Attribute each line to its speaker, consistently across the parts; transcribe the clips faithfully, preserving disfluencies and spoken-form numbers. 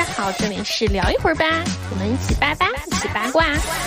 Speaker 1: 好，这里是聊一会儿吧，我们一起八八，一起八卦。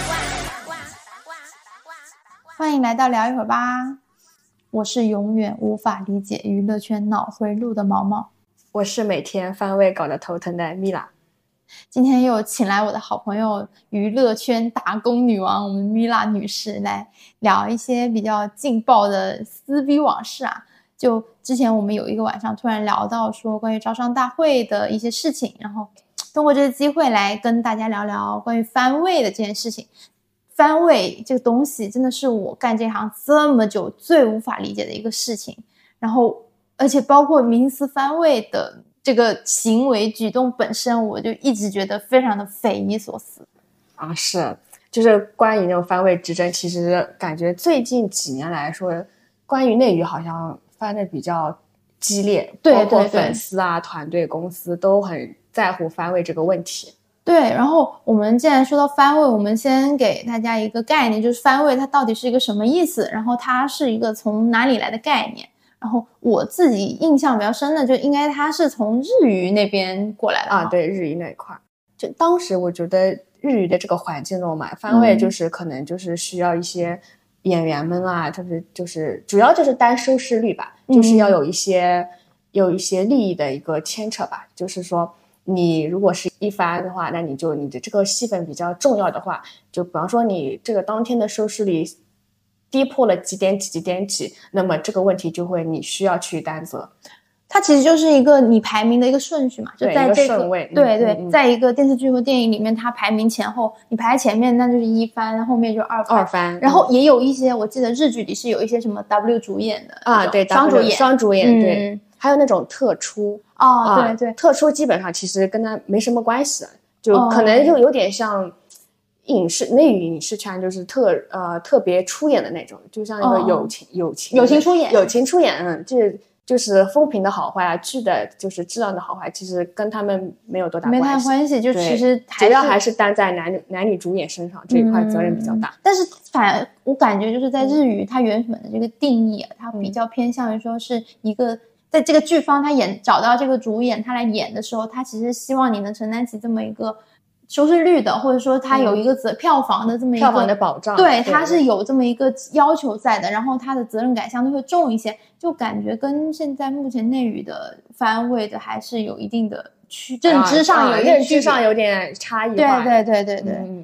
Speaker 2: 欢迎来到聊一会儿吧，我是永远无法理解娱乐圈脑回路的毛毛，
Speaker 3: 我是每天番位搞得头疼的米拉。
Speaker 2: 今天又请来我的好朋友娱乐圈打工女王我们米拉女士来聊一些比较劲爆的撕逼往事啊。就之前我们有一个晚上突然聊到说关于招商大会的一些事情，然后通过这个机会来跟大家聊聊关于番位的这件事情。番位这个东西真的是我干这行这么久最无法理解的一个事情，然后而且包括明撕番位的这个行为举动本身，我就一直觉得非常的匪夷所思
Speaker 3: 啊。是，就是关于那种番位之争，其实感觉最近几年来说，关于内娱好像翻的比较激烈，
Speaker 2: 对对对，
Speaker 3: 包括粉丝啊、团队、公司都很在乎番位这个问题。
Speaker 2: 对，然后我们既然说到番位，我们先给大家一个概念，就是番位它到底是一个什么意思，然后它是一个从哪里来的概念。然后我自己印象比较深的就应该它是从日语那边过来的
Speaker 3: 啊，对，日语那一块。就当时我觉得日语的这个环境中嘛，番位就是可能就是需要一些演员们啊，就是就是主要就是单收视率吧，
Speaker 2: 嗯、
Speaker 3: 就是要有一些有一些利益的一个牵扯吧，就是说你如果是一番的话，那你就你的这个戏份比较重要的话，就比方说你这个当天的收视率跌破了几点几几点几，那么这个问题就会你需要去担责。
Speaker 2: 它其实就是一个你排名的一个顺序嘛，就在这个，
Speaker 3: 对，一个顺位。
Speaker 2: 对对、
Speaker 3: 嗯嗯，
Speaker 2: 在一个电视剧和电影里面，它排名前后，你排前面那就是一番，后面就二番。
Speaker 3: 二番。
Speaker 2: 然后也有一些，我记得日剧里是有一些什么 W 主演的
Speaker 3: 啊，对，
Speaker 2: 双主演，
Speaker 3: 双主演，
Speaker 2: 嗯、
Speaker 3: 对，还有那种特出。
Speaker 2: 哦，
Speaker 3: 啊、
Speaker 2: 对对，
Speaker 3: 特殊基本上其实跟他没什么关系，就可能就有点像影视、哦、内娱影视圈就是特呃特别出演的那种，就像那个友情、哦、友情
Speaker 2: 友情出演，
Speaker 3: 友情出演，嗯，就是就是风评的好坏啊，剧的就是质量的好坏，其实跟他们没有多大关系，
Speaker 2: 没太关系，就其实
Speaker 3: 主要还是担在男女男女主演身上这一块责任比较大。
Speaker 2: 嗯、但是反我感觉就是在日语，它原本的这个定义啊，它比较偏向于说是一个。在这个剧方他演找到这个主演他来演的时候，他其实希望你能承担起这么一个收视率的，或者说他有一个责、嗯、票房的这么一个
Speaker 3: 票房的保障，
Speaker 2: 对，他是有这么一个要求在的，然后他的责任感相对会重一些，就感觉跟现在目前内娱的番位的还是有一定的区认知上有、啊、
Speaker 3: 认知上有点差异化。
Speaker 2: 对对对对对。
Speaker 3: 嗯，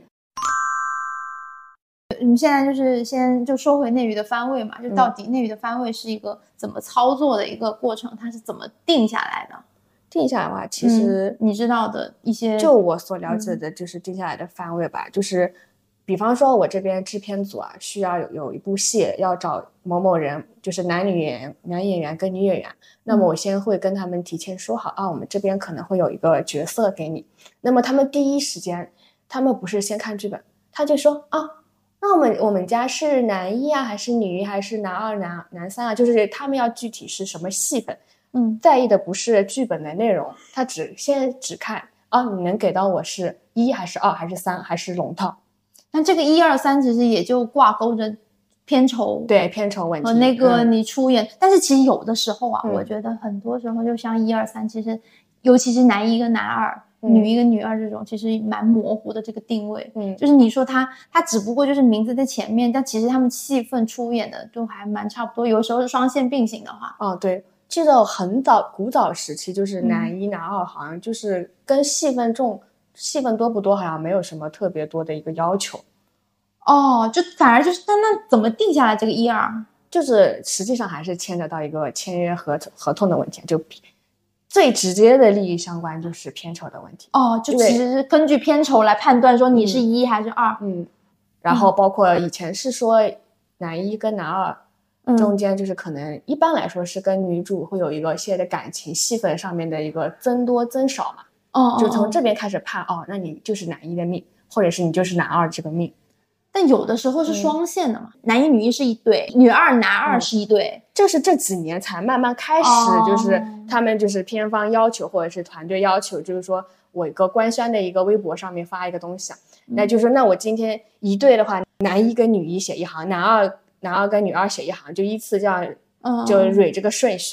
Speaker 2: 我们现在就是先就说回内娱的番位嘛，就到底内娱的番位是一个怎么操作的一个过程，它是怎么定下来的？
Speaker 3: 定下来的话，其实、
Speaker 2: 嗯、你知道的一些，
Speaker 3: 就我所了解的，就是定下来的番位吧，嗯、就是比方说我这边制片组啊，需要有有一部戏要找某某人，就是男女演员、男演员跟女演员，那么我先会跟他们提前说好、嗯、啊，我们这边可能会有一个角色给你，那么他们第一时间，他们不是先看剧本，他就说啊。那我们我们家是男一啊，还是女一，还是男二、男男三啊？就是他们要具体是什么戏份，
Speaker 2: 嗯，
Speaker 3: 在意的不是剧本的内容，他只先只看啊，你能给到我是一还是二还是三还是龙套？
Speaker 2: 那这个一二三其实也就挂钩着片酬，
Speaker 3: 对片酬问题
Speaker 2: 和那个你出演，嗯、但是其实有的时候啊、
Speaker 3: 嗯，
Speaker 2: 我觉得很多时候就像一二三，其实尤其是男一跟男二。女一跟女二这种其实蛮模糊的这个定位，
Speaker 3: 嗯，
Speaker 2: 就是你说他他只不过就是名字在前面，但其实他们戏份出演的都还蛮差不多，有时候是双线并行的话。
Speaker 3: 哦，对，记得很早古早时期，就是男一、嗯、男二好像就是跟戏份重、戏份多不多好像没有什么特别多的一个要求。
Speaker 2: 哦，就反而就是那那怎么定下来这个一二？
Speaker 3: 就是实际上还是牵扯到一个签约合合同的问题，就。最直接的利益相关就是片酬的问题
Speaker 2: 哦，就其实是根据片酬来判断说你是一还是二，
Speaker 3: 嗯，然后包括以前是说男一跟男二、嗯、中间就是可能一般来说是跟女主会有一个些的感情戏份上面的一个增多增少嘛，
Speaker 2: 哦，
Speaker 3: 就从这边开始判哦，那你就是男一的命，或者是你就是男二这个命。
Speaker 2: 但有的时候是双线的嘛、嗯、男一女一是一对，女二男二是一对、
Speaker 3: 嗯、这是这几年才慢慢开始、哦、就是他们就是片方要求或者是团队要求，就是说我一个官宣的一个微博上面发一个东西啊、嗯、那就是那我今天一对的话，男一跟女一写一行，男二男二跟女二写一行，就依次这样就蕊这个顺序、嗯、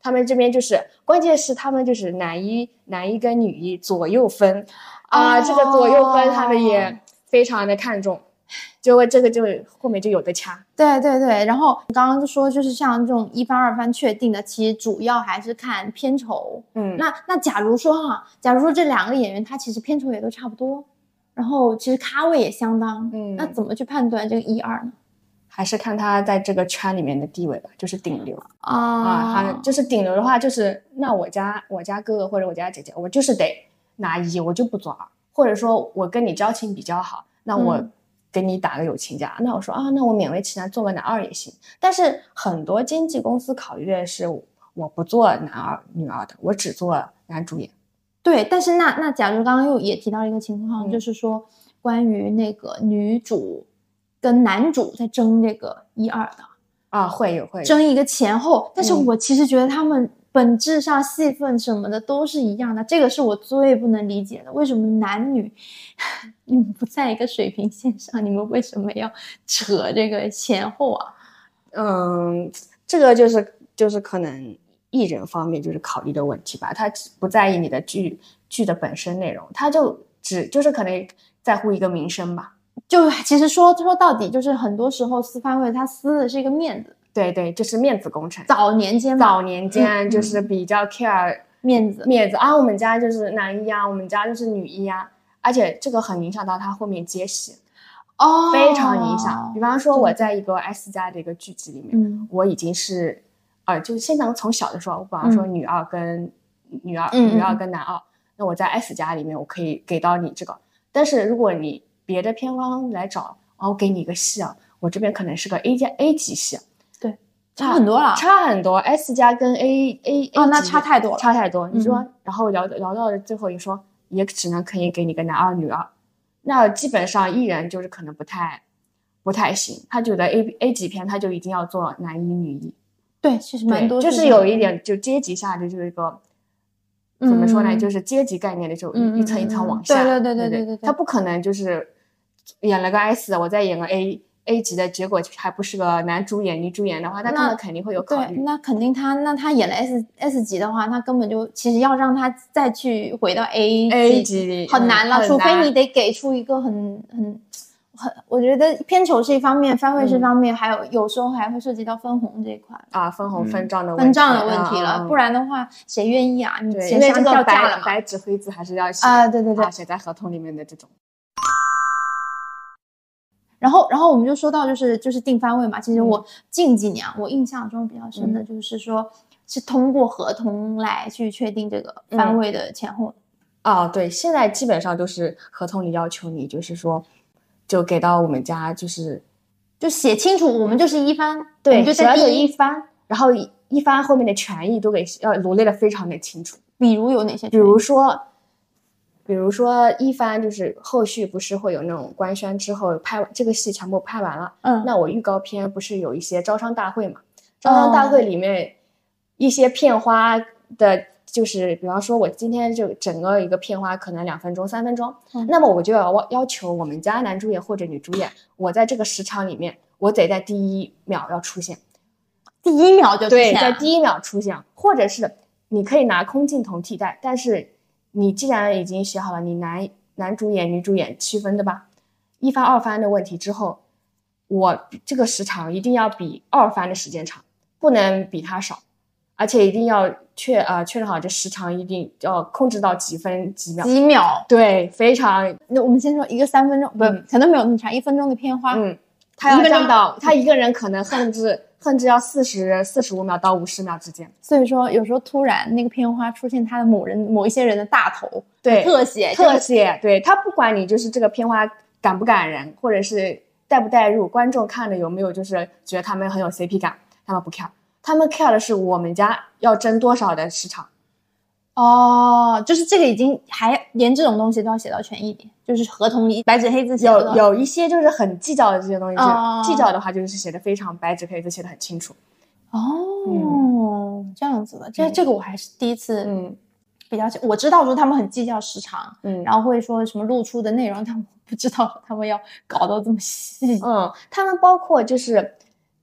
Speaker 3: 他们这边就是关键是他们就是男一男一跟女一左右分啊、哦，这个左右分他们也非常的看重。就这个就后面就有的掐，
Speaker 2: 对对对。然后刚刚就说，就是像这种一番二番确定的，其实主要还是看片酬。嗯，那那假如说哈，假如说这两个演员他其实片酬也都差不多，然后其实咖位也相当，嗯，那怎么去判断这个一二呢？
Speaker 3: 还是看他在这个圈里面的地位吧，就是顶流啊啊，就是顶流的话，就是那我家我家哥哥或者我家姐姐，我就是得拿一，我就不做二，或者说我跟你交情比较好，那我。嗯给你打个友情价，那我说啊，那我勉为其难做个男二也行。但是很多经纪公司考虑的是，我不做男二女二的，我只做男主演。
Speaker 2: 对，但是那那假如刚刚又也提到一个情况，嗯、就是说关于那个女主跟男主在争这个一二的
Speaker 3: 啊，会有会有
Speaker 2: 争一个前后，但是我其实觉得他们本质上戏份什么的都是一样的，这个是我最不能理解的。为什么男女你们不在一个水平线上，你们为什么要扯这个前后啊？
Speaker 3: 嗯，这个就是就是可能艺人方面就是考虑的问题吧，他不在意你的剧剧的本身内容，他就只就是可能在乎一个名声吧。
Speaker 2: 就其实说说到底，就是很多时候私番位他撕的是一个面子。
Speaker 3: 对对，就是面子工程。
Speaker 2: 早年间
Speaker 3: 早年间就是比较 care
Speaker 2: 面子、
Speaker 3: 嗯、面子啊，我们家就是男一啊，我们家就是女一啊，而且这个很影响到他后面接戏
Speaker 2: 哦，
Speaker 3: 非常影响。比方说我在一个 S 加的一个剧集里面，嗯、我已经是呃，就是现在从小的时候，比方说女二跟、嗯、女二、女二跟男二，那我在 S 加里面我可以给到你这个，但是如果你别的片方来找，哦，我给你一个戏啊，我这边可能是个 A 加 A 级戏。
Speaker 2: 差很多了，
Speaker 3: 差很多 ，S 加跟 A A A
Speaker 2: 哦，那差太多了，
Speaker 3: 差太多。你说，嗯、然后聊聊到最后，你说也只能可以给你个男二女二，那基本上艺人就是可能不太不太行，他觉得 A A 级片他就一定要做男一女一。
Speaker 2: 对，其实蛮多，
Speaker 3: 就是有一点就阶级下的就是一个、嗯、怎么说呢，就是阶级概念的就一、嗯、一层一层往下。
Speaker 2: 对对对对对 对, 对，
Speaker 3: 他不可能就是演了个 S， 我再演个 A。A 级的结果还不是个男主演女主演的话，那他们肯定会有考虑。
Speaker 2: 对，那肯定他那他演了 S S 级的话，他根本就其实要让他再去回到 A
Speaker 3: A 级
Speaker 2: 很难了，嗯、除非你得给出一个很很很，我觉得片酬是一方面，番位是一方面，嗯、还有有时候还会涉及到分红这一块
Speaker 3: 啊，分红分账的问题、
Speaker 2: 嗯、分账的问题了，啊、不然的话谁愿意啊？你
Speaker 3: 钱箱
Speaker 2: 掉价了嘛，
Speaker 3: 白纸黑字还是要写
Speaker 2: 啊，对对对，
Speaker 3: 写在合同里面的这种。
Speaker 2: 然后，然后我们就说到，就是就是定番位嘛。其实我近几年、嗯、我印象中比较深的就是说，嗯、是通过合同来去确定这个番位的前后。
Speaker 3: 嗯、哦，对，现在基本上都是合同里要求你，就是说，就给到我们家，就是
Speaker 2: 就写清楚，我们就是一番，
Speaker 3: 对，
Speaker 2: 就在第
Speaker 3: 一番，然后一番后面的权益都给要罗列的非常的清楚。
Speaker 2: 比如有哪些？
Speaker 3: 比如说。比如说一番就是后续不是会有那种官宣之后拍这个戏全部拍完了，嗯，那我预告片不是有一些招商大会嘛？招商大会里面一些片花的，就是比方说我今天就整个一个片花可能两分钟、三分钟，嗯、那么我就要要求我们家男主演或者女主演，我在这个时长里面，我得在第一秒要出现，
Speaker 2: 第一秒就出现，
Speaker 3: 对，在第一秒出现，或者是你可以拿空镜头替代，但是。你既然已经写好了，你男男主演、女主演区分的吧，一番、二番的问题之后，我这个时长一定要比二番的时间长，不能比它少，而且一定要确啊、呃、确认好这时长一定要控制到几分几秒。
Speaker 2: 几秒，
Speaker 3: 对，非常。
Speaker 2: 那我们先说一个三分钟，不、嗯，可能没有那么长，一分钟的片花，
Speaker 3: 嗯，他要占到他一个人可能甚至。甚至要四十四十五秒到五十秒之间，
Speaker 2: 所以说有时候突然那个片花出现他的某人某一些人的大头，
Speaker 3: 对，
Speaker 2: 特写
Speaker 3: 特写，对，他不管你就是这个片花感不感人，或者是带不带入，观众看了有没有就是觉得他们很有 C P 感，他们不 care， 他们 care 的是我们家要争多少的市场。
Speaker 2: 哦，就是这个已经还连这种东西都要写到全一点，就是合同里白纸黑字写的。
Speaker 3: 有有一些就是很计较的这些东西，哦、计较的话就是写的非常白纸黑字，写的很清楚。
Speaker 2: 哦，嗯、这样子的，这、嗯、这个我还是第一次，嗯，比较我知道说他们很计较时长，嗯，然后会说什么露出的内容，他们不知道他们要搞到这么细。
Speaker 3: 嗯，他们包括就是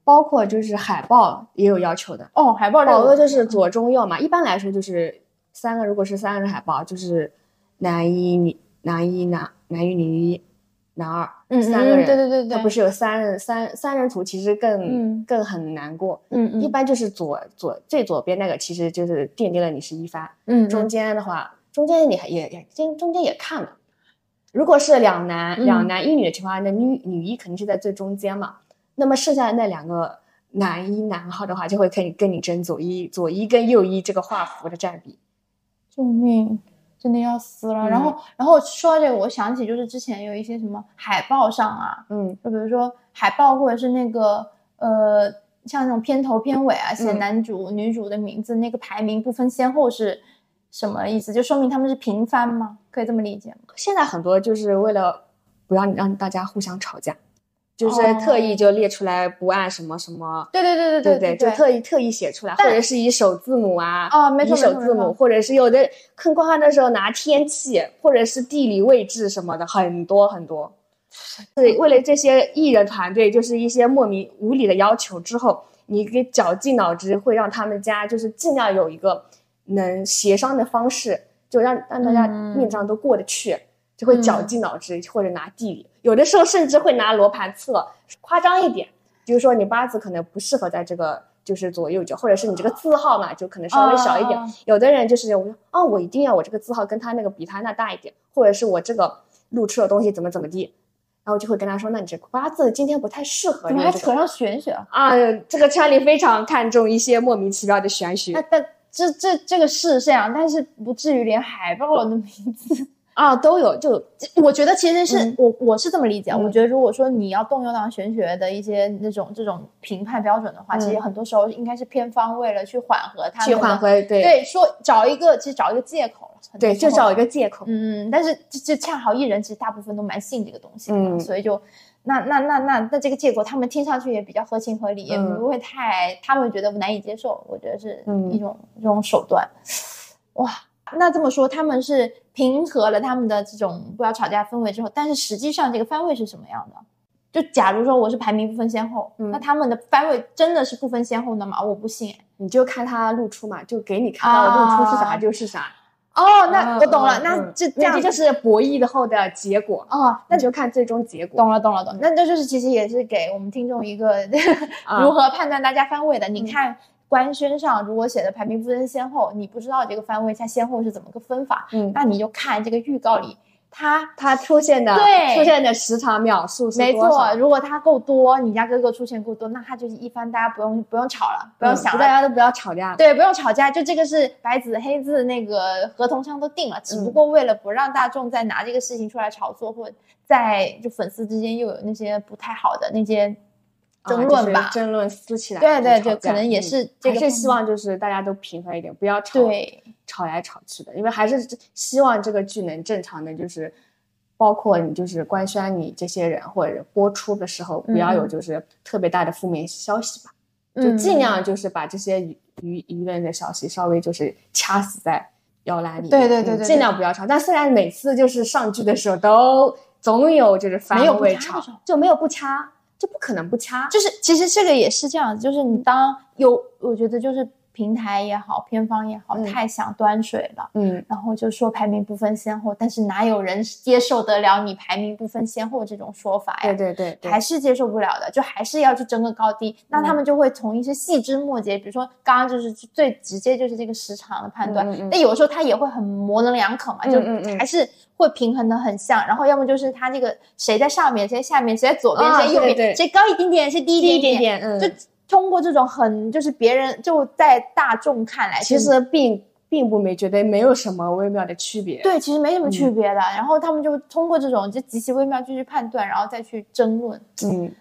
Speaker 3: 包括就是海报也有要求的。
Speaker 2: 哦，海报
Speaker 3: 宝哥就是左中右嘛，一般来说就是三个，如果是三个人海报，就是男一女男一男男一女一男二，
Speaker 2: 嗯
Speaker 3: 三个人，
Speaker 2: 嗯对对对对，
Speaker 3: 他不是有三人三三人图，其实更、
Speaker 2: 嗯、
Speaker 3: 更很难过。
Speaker 2: 嗯嗯，
Speaker 3: 一般就是左左最左边那个，其实就是奠定了你是一番。
Speaker 2: 嗯，
Speaker 3: 中间的话，中间你也也中中间也看了。如果是两男、嗯、两男一女的情况下，那女女一肯定是在最中间嘛。那么剩下的那两个男一男二的话，就会跟你跟你争左一左一跟右一这个画幅的占比。
Speaker 2: 救命！真的要死了。嗯、然后，然后说到这个，我想起就是之前有一些什么海报上啊，
Speaker 3: 嗯，
Speaker 2: 就比如说海报或者是那个呃，像那种片头片尾啊，写男主、嗯、女主的名字，那个排名不分先后是什么意思？就说明他们是平番吗？可以这么理解吗？
Speaker 3: 现在很多就是为了不要让大家互相吵架。就是特意就列出来不按什么什么，
Speaker 2: 对对对
Speaker 3: 对
Speaker 2: 对
Speaker 3: 对，就特意特意写出来，或者是以首字母啊，
Speaker 2: 哦，没错
Speaker 3: 以首字母，或者是有的看光看的时候拿天气，或者是地理位置什么的，很多很多。对，为了这些艺人团队，就是一些莫名无理的要求之后，你给绞尽脑汁，会让他们家就是尽量有一个能协商的方式，就让让大家面上都过得去。嗯就会绞尽脑汁、嗯、或者拿地理，有的时候甚至会拿罗盘测，夸张一点，就是说你八字可能不适合在这个就是左右脚，或者是你这个字号嘛就可能稍微小一点、啊、有的人就是我哦我一定要我这个字号跟他那个比他那大一点，或者是我这个露出的东西怎么怎么地，然后就会跟他说那你这个八字今天不太适合、
Speaker 2: 这个、怎么还扯上玄学
Speaker 3: 啊？这个圈里非常看重一些莫名其妙的玄学。
Speaker 2: 那但这这这个是这样，但是不至于连海报的名字
Speaker 3: 啊，都有，就
Speaker 2: 我觉得其实是、嗯、我我是这么理解、嗯，我觉得如果说你要动用到玄学的一些那种这种评判标准的话、嗯，其实很多时候应该是偏方为了去缓和他们
Speaker 3: 去缓和，对
Speaker 2: 对，说找一个其实找一个借口了，
Speaker 3: 对，就找一个借口，
Speaker 2: 嗯，但是就恰好艺人其实大部分都蛮信这个东西的，嗯，所以就那那那那那这个借口他们听上去也比较合情合理，嗯、也不会太他们觉得难以接受，我觉得是一种、嗯、这种手段，哇。那这么说他们是平和了他们的这种不要吵架氛围之后，但是实际上这个番位是什么样的？就假如说我是排名不分先后、嗯、那他们的番位真的是不分先后的吗？我不信。
Speaker 3: 你就看他露出嘛，就给你看到的露出是啥就是啥。
Speaker 2: 哦，那我懂了、嗯、那这这样
Speaker 3: 这就是博弈的后的结果
Speaker 2: 哦，
Speaker 3: 那就看最终结果。
Speaker 2: 懂了懂了懂了，那这就是其实也是给我们听众一个如何判断大家番位的、嗯、你看官宣上如果写的排名不分先后，你不知道这个番位它先后是怎么个分法，嗯，那你就看这个预告里它
Speaker 3: 它出现的
Speaker 2: 对
Speaker 3: 出现的时长秒数是多少。
Speaker 2: 没错，如果它够多，你家哥哥出现够多，那它就是一番，大家不用不用吵了，不用想了、
Speaker 3: 嗯、大家都不要吵架，
Speaker 2: 对，不用吵架，就这个是白纸黑字，那个合同上都定了，只不过为了不让大众再拿这个事情出来炒作，或者在就粉丝之间又有那些不太好的那些争论吧、
Speaker 3: 啊就是、争论撕起来，
Speaker 2: 对对对，可能也是这个、
Speaker 3: 嗯、还是希望就是大家都平和一点，不要吵
Speaker 2: 对
Speaker 3: 吵来吵去的，因为还是希望这个剧能正常的，就是包括你就是官宣你这些人或者播出的时候，不要有就是特别大的负面消息吧，嗯、就尽量就是把这些舆舆舆论的消息稍微就是掐死在摇篮里，
Speaker 2: 对对对对，
Speaker 3: 尽量不要吵。但虽然每次就是上剧的时候都总有就是番位吵，就没有不掐。就不可能不掐，
Speaker 2: 就是其实这个也是这样，就是你当有，我觉得就是平台也好，片方也好，嗯、太想端水了，嗯，然后就说排名不分先后，但是哪有人接受得了你排名不分先后这种说法呀？
Speaker 3: 对对 对, 对，
Speaker 2: 还是接受不了的，就还是要去争个高低。那他们就会从一些细枝末节，比如说刚刚就是最直接就是这个时长的判断，嗯嗯嗯，但有时候他也会很模棱两可嘛，就还是会平衡的很像，然后要么就是他这个谁在上面，谁在下面，谁在左边，谁、啊、右边，对对，谁高一点点，谁低一点点，
Speaker 3: 低一点点，嗯，
Speaker 2: 就通过这种很就是别人就在大众看来，
Speaker 3: 其实并并不没觉得没有什么微妙的区别，
Speaker 2: 对，其实没什么区别的。嗯、然后他们就通过这种就极其微妙去去判断，然后再去争论。嗯，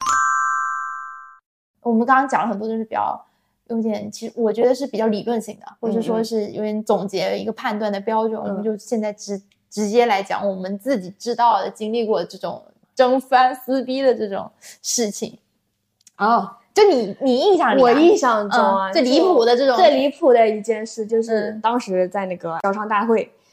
Speaker 2: 我们刚刚讲了很多，就是比较有点，其实我觉得是比较理论性的，或者说是有点总结一个判断的标准。嗯、我们就现在直直接来讲我们自己知道的、经历过的这种争番撕逼的这种事情。
Speaker 3: 哦。
Speaker 2: 就你你印象里、啊，
Speaker 3: 我印象中啊，
Speaker 2: 嗯、最离谱的这种
Speaker 3: 最离谱的一件事就是当时在那个招商大会，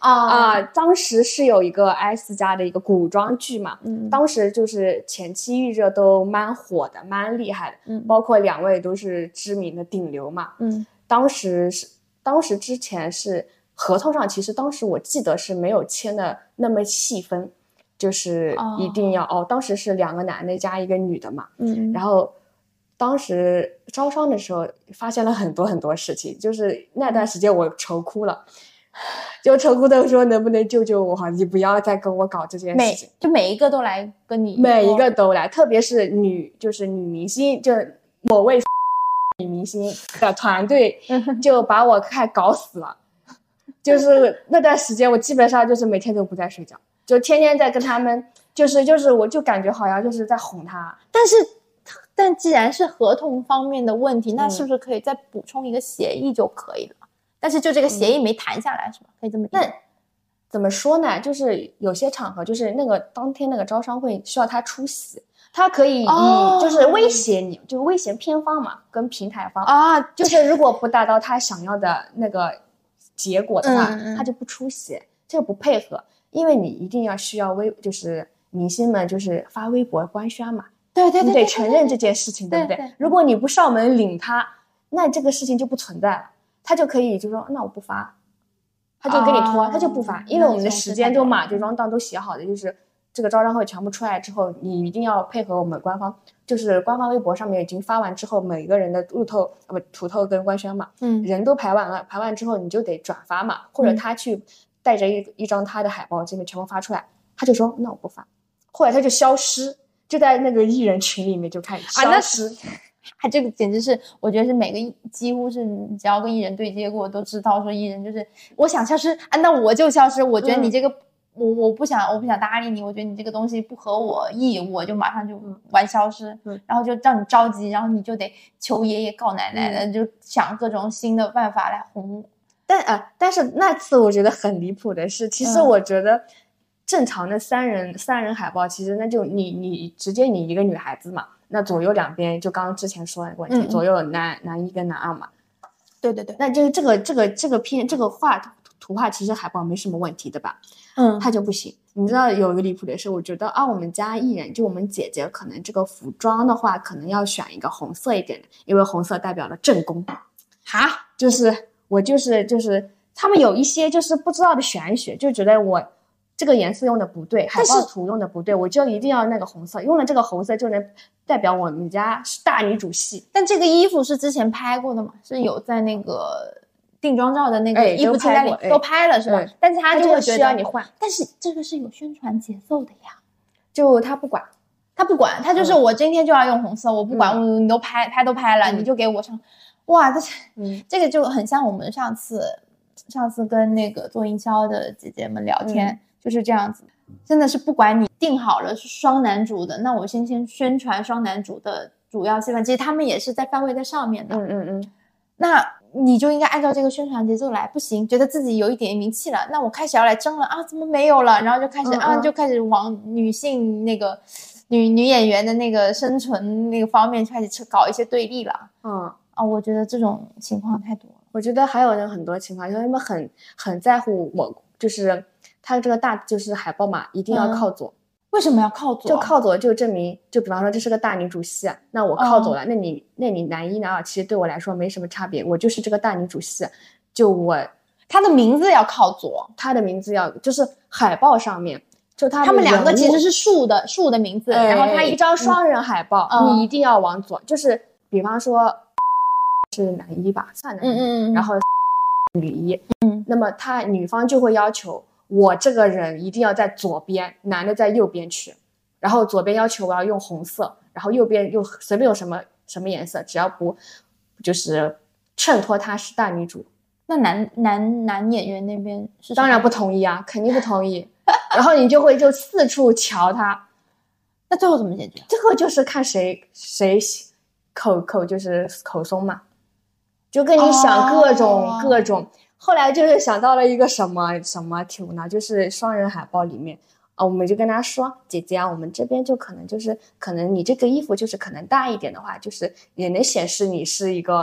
Speaker 3: 啊、呃，当时是有一个 S 家的一个古装剧嘛，
Speaker 2: 嗯，
Speaker 3: 当时就是前期预热都蛮火的，蛮厉害的，
Speaker 2: 嗯，
Speaker 3: 包括两位都是知名的顶流嘛，
Speaker 2: 嗯，
Speaker 3: 当时是当时之前是合同上，其实当时我记得是没有签的那么细分，就是一定要 哦, 哦，当时是两个男的加一个女的嘛，
Speaker 2: 嗯，
Speaker 3: 然后当时招商的时候发现了很多很多事情，就是那段时间我愁哭了。就愁哭的说能不能救救我哈，你不要再跟我搞这件事情。
Speaker 2: 就每一个都来跟你，
Speaker 3: 每一个都来，特别是女，就是女明星，就某位女明星的团队就把我快搞死了。就是那段时间，我基本上就是每天都不在睡觉，就天天在跟他们，就是就是我就感觉好像就是在哄他。
Speaker 2: 但是，但既然是合同方面的问题，那是不是可以再补充一个协议就可以了？嗯，但是就这个协议没谈下来，嗯，是吧？可以这么理解。
Speaker 3: 那怎么说呢？就是有些场合，就是那个当天那个招商会需要他出席，他可以以就是威胁你，哦，就威胁片方嘛，跟平台方
Speaker 2: 啊，
Speaker 3: 就是如果不达到他想要的那个结果的话，
Speaker 2: 嗯嗯，
Speaker 3: 他就不出席，这个不配合，因为你一定要需要微，就是明星们就是发微博官宣嘛，
Speaker 2: 对对对，
Speaker 3: 你得承认这件事情，对不对？如果你不上门领他，那这个事情就不存在了，他就可以就说那我不发。他就给你拖，哦，他就不发，因为我们的时间都码就 round down 都写好的，就是这个招商会全部出来之后，你一定要配合我们官方，就是官方微博上面已经发完之后，每个人的路透不图透跟官宣嘛，
Speaker 2: 嗯，
Speaker 3: 人都排完了，排完之后你就得转发嘛，或者他去带着一一张他的海报，这边全部发出来，他就说那我不发，后来他就消失，就在那个艺人群里面就开始消失。啊
Speaker 2: 他这个简直是，我觉得是每个几乎是你只要跟艺人对接过都知道，说艺人就是我想消失啊，那我就消失。我觉得你这个，嗯，我我不想我不想搭理你，我觉得你这个东西不合我意，我就马上就玩消失，
Speaker 3: 嗯，
Speaker 2: 然后就让你着急，然后你就得求爷爷告奶奶的，嗯，就想各种新的办法来哄。
Speaker 3: 但呃，但是那次我觉得很离谱的是，其实我觉得正常的三人、嗯、三人海报，其实那就你你直接你一个女孩子嘛。那左右两边就刚刚之前说的问题，嗯、左右男男一跟男二嘛，
Speaker 2: 对对对，
Speaker 3: 那就是这个这个这个片这个画图画其实海报没什么问题的吧？
Speaker 2: 嗯，
Speaker 3: 他就不行。你知道有一个离谱的是，我觉得啊，我们家艺人就我们姐姐可能这个服装的话，可能要选一个红色一点的，因为红色代表了正宫。
Speaker 2: 哈，
Speaker 3: 就是我就是就是他们有一些就是不知道的玄学，就觉得我。这个颜色用的不对，海报图用的不对，我就一定要那个红色，用了这个红色就能代表我们家是大女主戏。
Speaker 2: 但这个衣服是之前拍过的吗？是有在那个定妆照的那个衣服清单里 都, 拍都拍了是吧？但是他就会觉得
Speaker 3: 需要你换，
Speaker 2: 但是这个是有宣传节奏的呀，
Speaker 3: 就他不管，
Speaker 2: 他不管，他就是我今天就要用红色，嗯、我不管，我你都拍拍都拍了，嗯、你就给我上，哇，这、嗯、这个就很像我们上次上次跟那个做营销的姐姐们聊天。嗯就是这样子，真的是不管你定好了是双男主的，那我先先宣传双男主的主要戏份，其实他们也是在范围在上面的。
Speaker 3: 嗯嗯嗯，
Speaker 2: 那你就应该按照这个宣传节奏来，不行，觉得自己有一点名气了，那我开始要来争了啊，怎么没有了？然后就开始嗯嗯啊，就开始往女性那个女女演员的那个生存那个方面开始搞一些对立了。
Speaker 3: 嗯
Speaker 2: 啊，我觉得这种情况太多了。
Speaker 3: 我觉得还有很多情况，就是他们很很在乎我，就是。他这个大就是海报嘛，一定要靠左。
Speaker 2: 嗯、为什么要靠左？
Speaker 3: 就靠左就证明，就比方说这是个大女主戏，那我靠左了，嗯、那你那你男一男二其实对我来说没什么差别，我就是这个大女主戏，就我
Speaker 2: 他的名字要靠左，
Speaker 3: 他的名字要就是海报上面就他
Speaker 2: 他们两个其实是树的树的名字，
Speaker 3: 哎、
Speaker 2: 然后他
Speaker 3: 一张双人海报，
Speaker 2: 嗯、
Speaker 3: 你一定要往左，就是比方说是男一吧，算男一，
Speaker 2: 嗯嗯嗯
Speaker 3: 然后女一，
Speaker 2: 嗯，
Speaker 3: 那么他女方就会要求。我这个人一定要在左边，男的在右边去，然后左边要求我要用红色，然后右边又随便有什么什么颜色，只要不就是衬托她是大女主。
Speaker 2: 那男男男演员那边是
Speaker 3: 当然不同意啊，肯定不同意。然后你就会就四处瞧他，
Speaker 2: 那最后怎么解决？
Speaker 3: 最后就是看谁谁口口就是口松嘛，就跟你想各种、哦、各种。后来就是想到了一个什么什么图呢，就是双人海报里面啊、哦，我们就跟他说，姐姐啊，我们这边就可能就是可能你这个衣服就是可能大一点的话，就是也能显示你是一个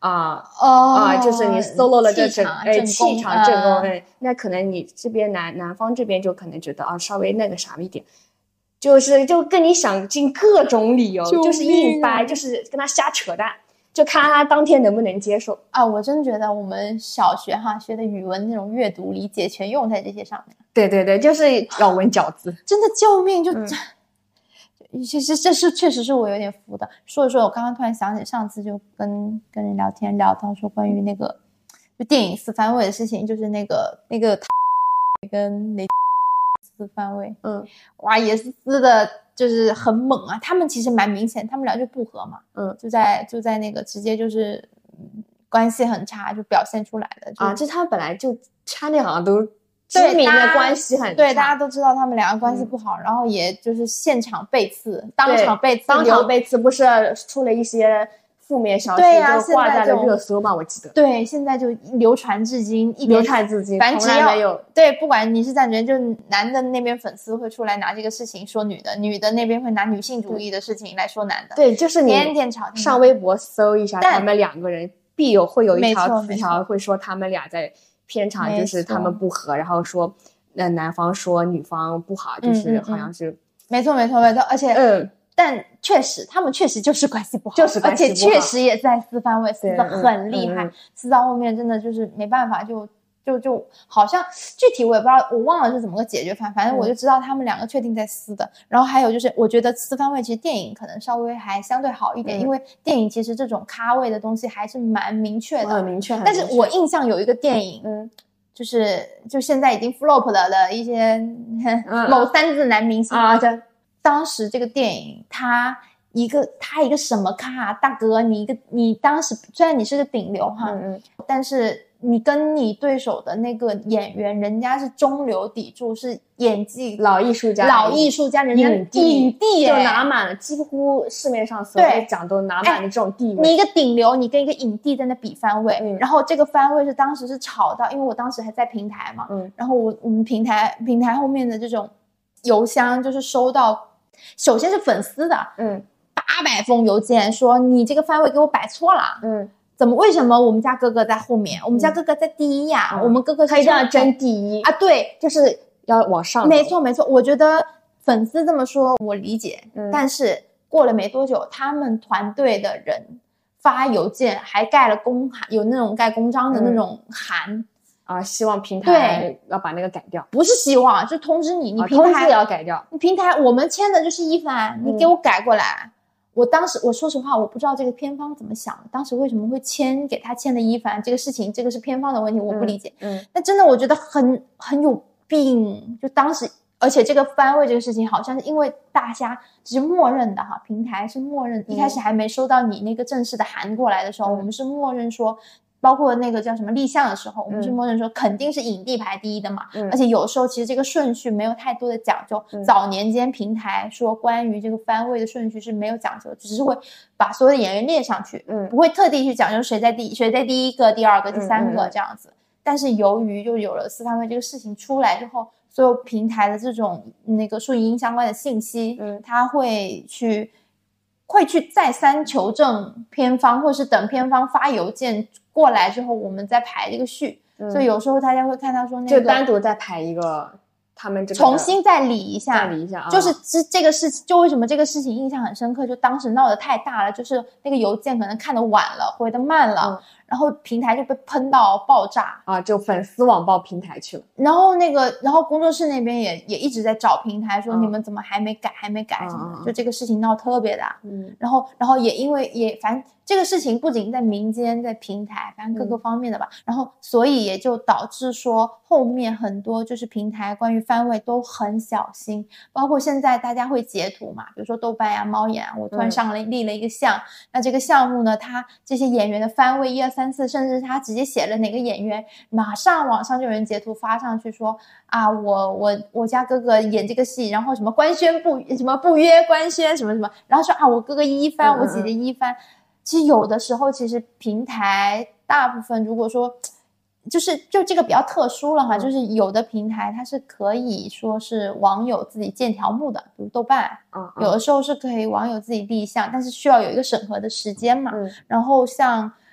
Speaker 3: 啊
Speaker 2: 哦
Speaker 3: 啊，就是你 solo 了这整哎气
Speaker 2: 气
Speaker 3: 场正宫，
Speaker 2: 嗯、
Speaker 3: 哎，那可能你这边男男方这边就可能觉得啊稍微那个啥一点，就是就跟你想尽各种理由，就是硬掰，就是跟他瞎扯淡，就看他当天能不能接受
Speaker 2: 啊！我真觉得我们小学哈学的语文那种阅读理解全用在这些上面。
Speaker 3: 对对对，就是咬文嚼字，
Speaker 2: 真的救命！就。
Speaker 3: 嗯
Speaker 2: 其实这是确实是我有点服的。说着说着，我刚刚突然想起上次就跟跟人聊天聊到说关于那个就电影四番位的事情，就是那个那个跟那四番位，
Speaker 3: 嗯，
Speaker 2: 哇，也是撕的，就是很猛啊。他们其实蛮明显，他们俩就不和嘛，
Speaker 3: 嗯，
Speaker 2: 就在就在那个直接就是关系很差，就表现出来的
Speaker 3: 啊。这他们本来就差那好像都。知名的关系很
Speaker 2: 对，大家都知道他们两个关系不好，嗯、然后也就是现场背刺，当场背刺，
Speaker 3: 当场背刺，不是出了一些负面消息，
Speaker 2: 对呀、啊，
Speaker 3: 就挂在了热搜嘛，我记得。
Speaker 2: 对，现在就流传至今，一
Speaker 3: 流传至今，
Speaker 2: 反正只要
Speaker 3: 没有
Speaker 2: 对，不管你是赞觉，就男的那边粉丝会出来拿这个事情说女的，女的那边会拿女性主义的事情来说男的。
Speaker 3: 对，就是你
Speaker 2: 天天吵，
Speaker 3: 上微博搜一下，他们两个人必有会有一条词条会说他们俩在。片场就是他们不和，然后说那男方说女方不好，就是好像是、
Speaker 2: 嗯嗯嗯、没错没错没错，而且
Speaker 3: 嗯，
Speaker 2: 但确实他们确实就是关系不好，
Speaker 3: 就是关系不好，
Speaker 2: 而且确实也在撕番位撕的很厉害，
Speaker 3: 嗯嗯、
Speaker 2: 撕到后面真的就是没办法就。就就好像具体我也不知道，我忘了是怎么个解决法，反正我就知道他们两个确定在撕的。嗯、然后还有就是，我觉得撕番位其实电影可能稍微还相对好一点，
Speaker 3: 嗯、
Speaker 2: 因为电影其实这种咖位的东西还是蛮明确的，
Speaker 3: 很明确。
Speaker 2: 但是我印象有一个电影，
Speaker 3: 嗯，
Speaker 2: 就是就现在已经 flop 了的一些、嗯、某三字男明星
Speaker 3: 啊，对，
Speaker 2: 当时这个电影他。一个他一个什么咖大哥，你一个你当时虽然你是个顶流哈，
Speaker 3: 嗯嗯，
Speaker 2: 但是你跟你对手的那个演员，人家是中流砥柱，是演技
Speaker 3: 老艺术家，
Speaker 2: 老艺术家，人家
Speaker 3: 影帝，
Speaker 2: 影帝
Speaker 3: 就拿满了，几乎市面上所有的奖都拿满了这种地位。
Speaker 2: 你一个顶流，你跟一个影帝在那比番位，
Speaker 3: 嗯、
Speaker 2: 然后这个番位是当时是吵到，因为我当时还在平台嘛，
Speaker 3: 嗯，
Speaker 2: 然后我我们平台平台后面的这种邮箱就是收到，首先是粉丝的，
Speaker 3: 嗯。
Speaker 2: 八百封邮件说你这个番位给我摆错了，
Speaker 3: 嗯，
Speaker 2: 怎么为什么我们家哥哥在后面，我们家哥哥在第一呀、啊嗯，我们哥哥
Speaker 3: 他一定要争第一
Speaker 2: 啊，对，
Speaker 3: 就是要往上。
Speaker 2: 没错没错，我觉得粉丝这么说我理解，
Speaker 3: 嗯，
Speaker 2: 但是过了没多久，他们团队的人发邮件还盖了公函，有那种盖公章的那种函。嗯
Speaker 3: 啊，希望平台要把那个改掉，
Speaker 2: 不是希望，就通知你，你平台、
Speaker 3: 啊、通知也要改掉。
Speaker 2: 你平台我们签的就是一番，你给我改过来。嗯、我当时我说实话，我不知道这个片方怎么想的，当时为什么会签给他签的一番这个事情，这个是片方的问题，我不理解。
Speaker 3: 嗯，
Speaker 2: 那、嗯、真的我觉得很很有病，就当时，而且这个番位这个事情，好像是因为大家只是默认的哈，平台是默认，一开始还没收到你那个正式的函过来的时候，
Speaker 3: 嗯、
Speaker 2: 我们是默认说。包括那个叫什么立项的时候，我们是默认说肯定是影帝排第一的嘛，
Speaker 3: 嗯、
Speaker 2: 而且有时候其实这个顺序没有太多的讲究。
Speaker 3: 嗯、
Speaker 2: 早年间平台说关于这个番位的顺序是没有讲究，只是会把所有的演员列上去，
Speaker 3: 嗯、
Speaker 2: 不会特地去讲究谁在第谁在第一个、第二个、第三个
Speaker 3: 嗯、
Speaker 2: 这样子。但是由于就有了四番位这个事情出来之后，所有平台的这种那个数影音相关的信息，
Speaker 3: 嗯，
Speaker 2: 他会去会去再三求证片方，或是等片方发邮件过来之后，我们再排这个序。嗯、所以有时候大家会看到说那个
Speaker 3: 就单独再排一个，他们这个
Speaker 2: 重新再理一下，
Speaker 3: 再理一下，
Speaker 2: 就是这这个事情，就为什么这个事情印象很深刻？就当时闹得太大了，就是那个邮件可能看得晚了，回得慢了。嗯，然后平台就被喷到爆炸
Speaker 3: 啊，就粉丝网暴平台去了。
Speaker 2: 然后那个，然后工作室那边也也一直在找平台说、嗯、你们怎么还没改，还没改什么的，
Speaker 3: 嗯、
Speaker 2: 就这个事情闹特别大。
Speaker 3: 嗯，
Speaker 2: 然后然后也因为也反正这个事情不仅在民间，在平台，反正各个方面的吧。嗯、然后所以也就导致说后面很多就是平台关于番位都很小心，包括现在大家会截图嘛，比如说豆瓣呀、猫眼啊，我突然上了立了一个项，嗯、那这个项目呢，它这些演员的番位一二三四，甚至他直接写了哪个演员，马上网上就有人截图发上去说啊，我我我家哥哥演这个戏，然后什么官宣不什么不约官宣什么什么，然后说啊我哥哥一番，我姐姐一番。其实有的时候，其实平台大部分如果说就是就这个比较特殊了哈，
Speaker 3: 嗯、
Speaker 2: 就是有的平台它是可以说是网友自己建条目的，比如豆瓣，
Speaker 3: 嗯、
Speaker 2: 有的时候是可以网友自己立项，但是需要有一个审核的时间嘛。
Speaker 3: 嗯、
Speaker 2: 然后像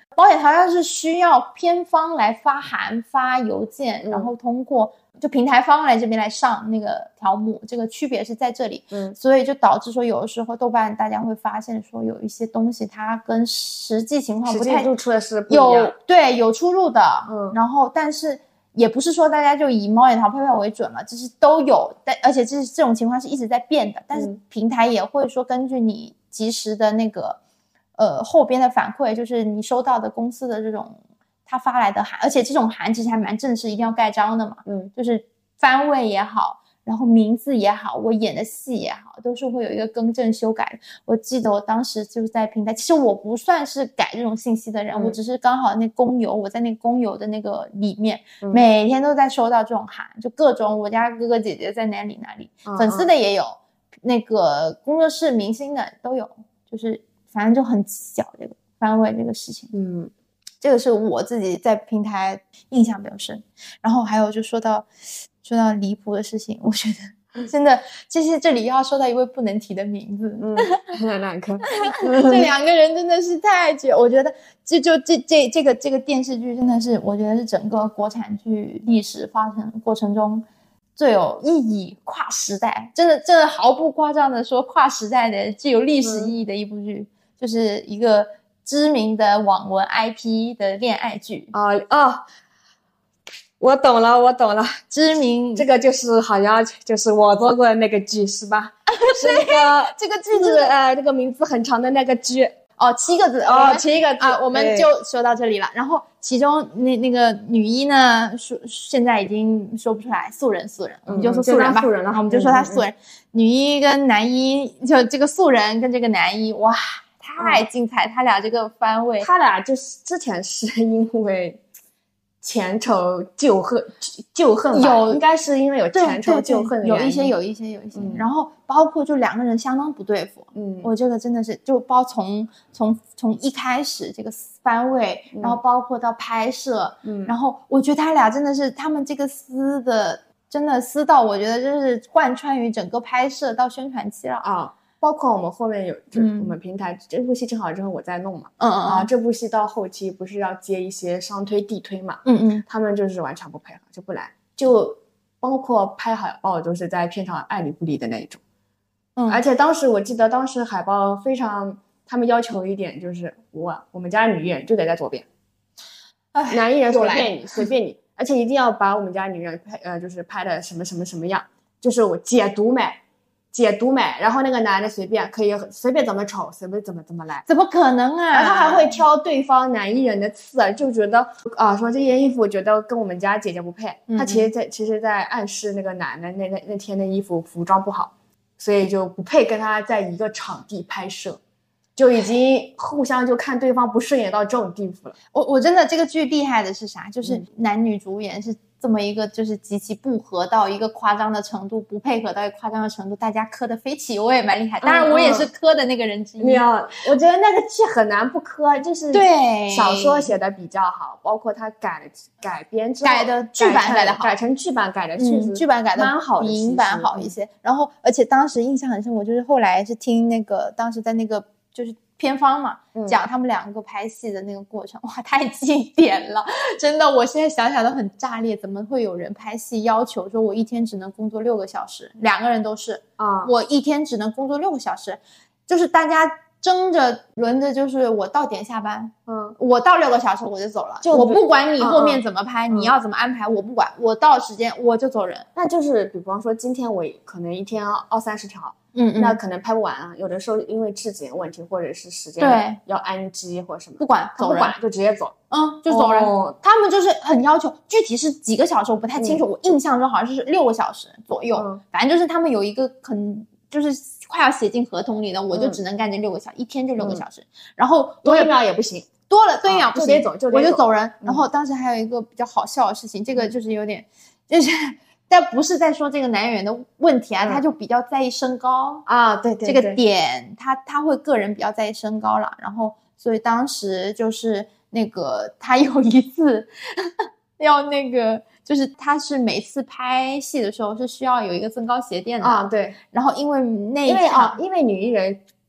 Speaker 2: 保险条要是需要偏方来发函发邮件、嗯、然后通过就平台方来这边来上那个条目，这个区别是在这里。
Speaker 3: 嗯，
Speaker 2: 所以就导致说有的时候豆瓣大家会发现说有一些东西它跟实际情况不太
Speaker 3: 实际露出的是不一样，
Speaker 2: 有对有出入的。
Speaker 3: 嗯，
Speaker 2: 然后但是也不是说大家就以猫眼桃票票为准了，就是都有，但而且这这种情况是一直在变的，但是平台也会说根据你及时的那个呃后边的反馈，就是你收到的公司的这种他发来的函，而且这种函其实还蛮正式，一定要盖章的嘛。
Speaker 3: 嗯，
Speaker 2: 就是番位也好，然后名字也好，我演的戏也好，都是会有一个更正修改的。我记得我当时就是在平台，其实我不算是改这种信息的人、嗯、我只是刚好那公邮，我在那公邮的那个里面、嗯、每天都在收到这种函，就各种我家哥哥姐姐在哪里哪里、嗯、粉丝的也有、嗯、那个工作室明星的都有，就是反正就很小这个番位这个事情。
Speaker 3: 嗯，
Speaker 2: 这个是我自己在平台印象比较深。然后还有就说到说到离谱的事情，我觉得真的这些这里要说到一位不能提的名字。
Speaker 3: 嗯，哪个？
Speaker 2: 这两个人真的是太绝，我觉得这就这这这个这个电视剧真的是我觉得是整个国产剧历史发生过程中最有意义、跨时代，真的真的毫不夸张的说跨时代的具有历史意义的一部剧、嗯、就是一个知名的网文 I P 的恋爱剧。
Speaker 3: 哦哦，我懂了我懂了，
Speaker 2: 知名
Speaker 3: 这个就是好像就是我做过的那个剧是吧？是一个
Speaker 2: 这个剧
Speaker 3: 是呃这个名字很长的那个剧
Speaker 2: 哦，七个字
Speaker 3: 哦，七个字
Speaker 2: 啊，我们就说到这里了。然后其中那那个女一呢，说现在已经说不出来，素人素人，我们就说素人吧，
Speaker 3: 素人了，
Speaker 2: 我们就说她素人。嗯嗯嗯女一跟男一，就这个素人跟这个男一，哇，太精彩！嗯、他俩这个番位，
Speaker 3: 他俩就是之前是因为前仇旧恨，旧恨吧，
Speaker 2: 有
Speaker 3: 应该是因为有前仇旧恨的原因，
Speaker 2: 有一些有一些有一些、嗯、然后包括就两个人相当不对付。
Speaker 3: 嗯，
Speaker 2: 我这个真的是就包从从从一开始这个番位、嗯、然后包括到拍摄，
Speaker 3: 嗯，
Speaker 2: 然后我觉得他俩真的是他们这个撕的真的撕到我觉得就是贯穿于整个拍摄到宣传期了
Speaker 3: 啊。包括我们后面有，就我们平台、嗯、这部戏正好之后我在弄嘛，
Speaker 2: 嗯嗯
Speaker 3: 啊，这部戏到后期不是要接一些商推地推嘛，
Speaker 2: 嗯嗯，
Speaker 3: 他们就是完全不配合，就不来，就包括拍海报都是在片场爱理不理的那一种，
Speaker 2: 嗯，
Speaker 3: 而且当时我记得当时海报非常，他们要求一点就是我我们家女艺人就得在左边，
Speaker 2: 哎，
Speaker 3: 男艺人随便你随便你，而且一定要把我们家女艺人拍呃就是拍的什么什么什么样，就是我解读美。解读美，然后那个男的随便可以随便怎么丑，随便怎么怎么来，
Speaker 2: 怎么可能啊？
Speaker 3: 然后他还会挑对方男艺人的刺，就觉得啊，说这件衣服我觉得跟我们家姐姐不配。嗯、他其实在其实在暗示那个男的那那那天的衣服服装不好，所以就不配跟他在一个场地拍摄，就已经互相就看对方不顺眼到这种地步了。
Speaker 2: 我我真的这个剧厉害的是啥？就是男女主演是。这么一个就是极其不合到一个夸张的程度，不配合到一个夸张的程度，大家磕的飞起，我也蛮厉害。当然我也是磕的那个人之一。
Speaker 3: 没有、嗯，我觉得那个剧很难不磕，就是
Speaker 2: 对
Speaker 3: 小说写的比较好，包括他改改编之后
Speaker 2: 改的剧版改的好，
Speaker 3: 改成剧版改的确实、
Speaker 2: 嗯、剧版改的
Speaker 3: 蛮好的，
Speaker 2: 比影版好一些。然后而且当时印象很深，我就是后来是听那个当时在那个就是片方嘛、嗯、讲他们两个拍戏的那个过程，哇，太经典了，真的，我现在想想都很炸裂，怎么会有人拍戏要求说我一天只能工作六个小时，两个人都是
Speaker 3: 啊、
Speaker 2: 嗯，我一天只能工作六个小时，就是大家争着轮着，就是我到点下班，
Speaker 3: 嗯，
Speaker 2: 我到六个小时我就走了，
Speaker 3: 就
Speaker 2: 我不管你后面怎么拍、
Speaker 3: 嗯、
Speaker 2: 你要怎么安排、嗯、我不管，我到时间我就走人。
Speaker 3: 那就是比方说今天我可能一天二三十条，
Speaker 2: 嗯嗯，
Speaker 3: 那可能拍不完啊，有的时候因为质检问题或者是时间
Speaker 2: 对
Speaker 3: 要安机或者什么，
Speaker 2: 不管走人，
Speaker 3: 不管就直接走，
Speaker 2: 嗯，就走人、
Speaker 3: 哦。
Speaker 2: 他们就是很要求，具体是几个小时我不太清楚，嗯、我印象中好像是六个小时左右、
Speaker 3: 嗯，
Speaker 2: 反正就是他们有一个很就是快要写进合同里的，我就只能干这六个小时、嗯，一天就六个小时，然后
Speaker 3: 多一秒也不行，
Speaker 2: 多了多一秒不行，
Speaker 3: 就得走，就得
Speaker 2: 我就走人、
Speaker 3: 嗯。
Speaker 2: 然后当时还有一个比较好笑的事情，这个就是有点就是。但不是在说这个男演员的问题啊、嗯，他就比较在意身高
Speaker 3: 啊，对 对, 对，
Speaker 2: 这个点他他会个人比较在意身高了，然后所以当时就是那个他有一次要那个就是他是每次拍戏的时候是需要有一个增高鞋垫的
Speaker 3: 啊，对，
Speaker 2: 然后因为那一
Speaker 3: 因为啊，因为女艺人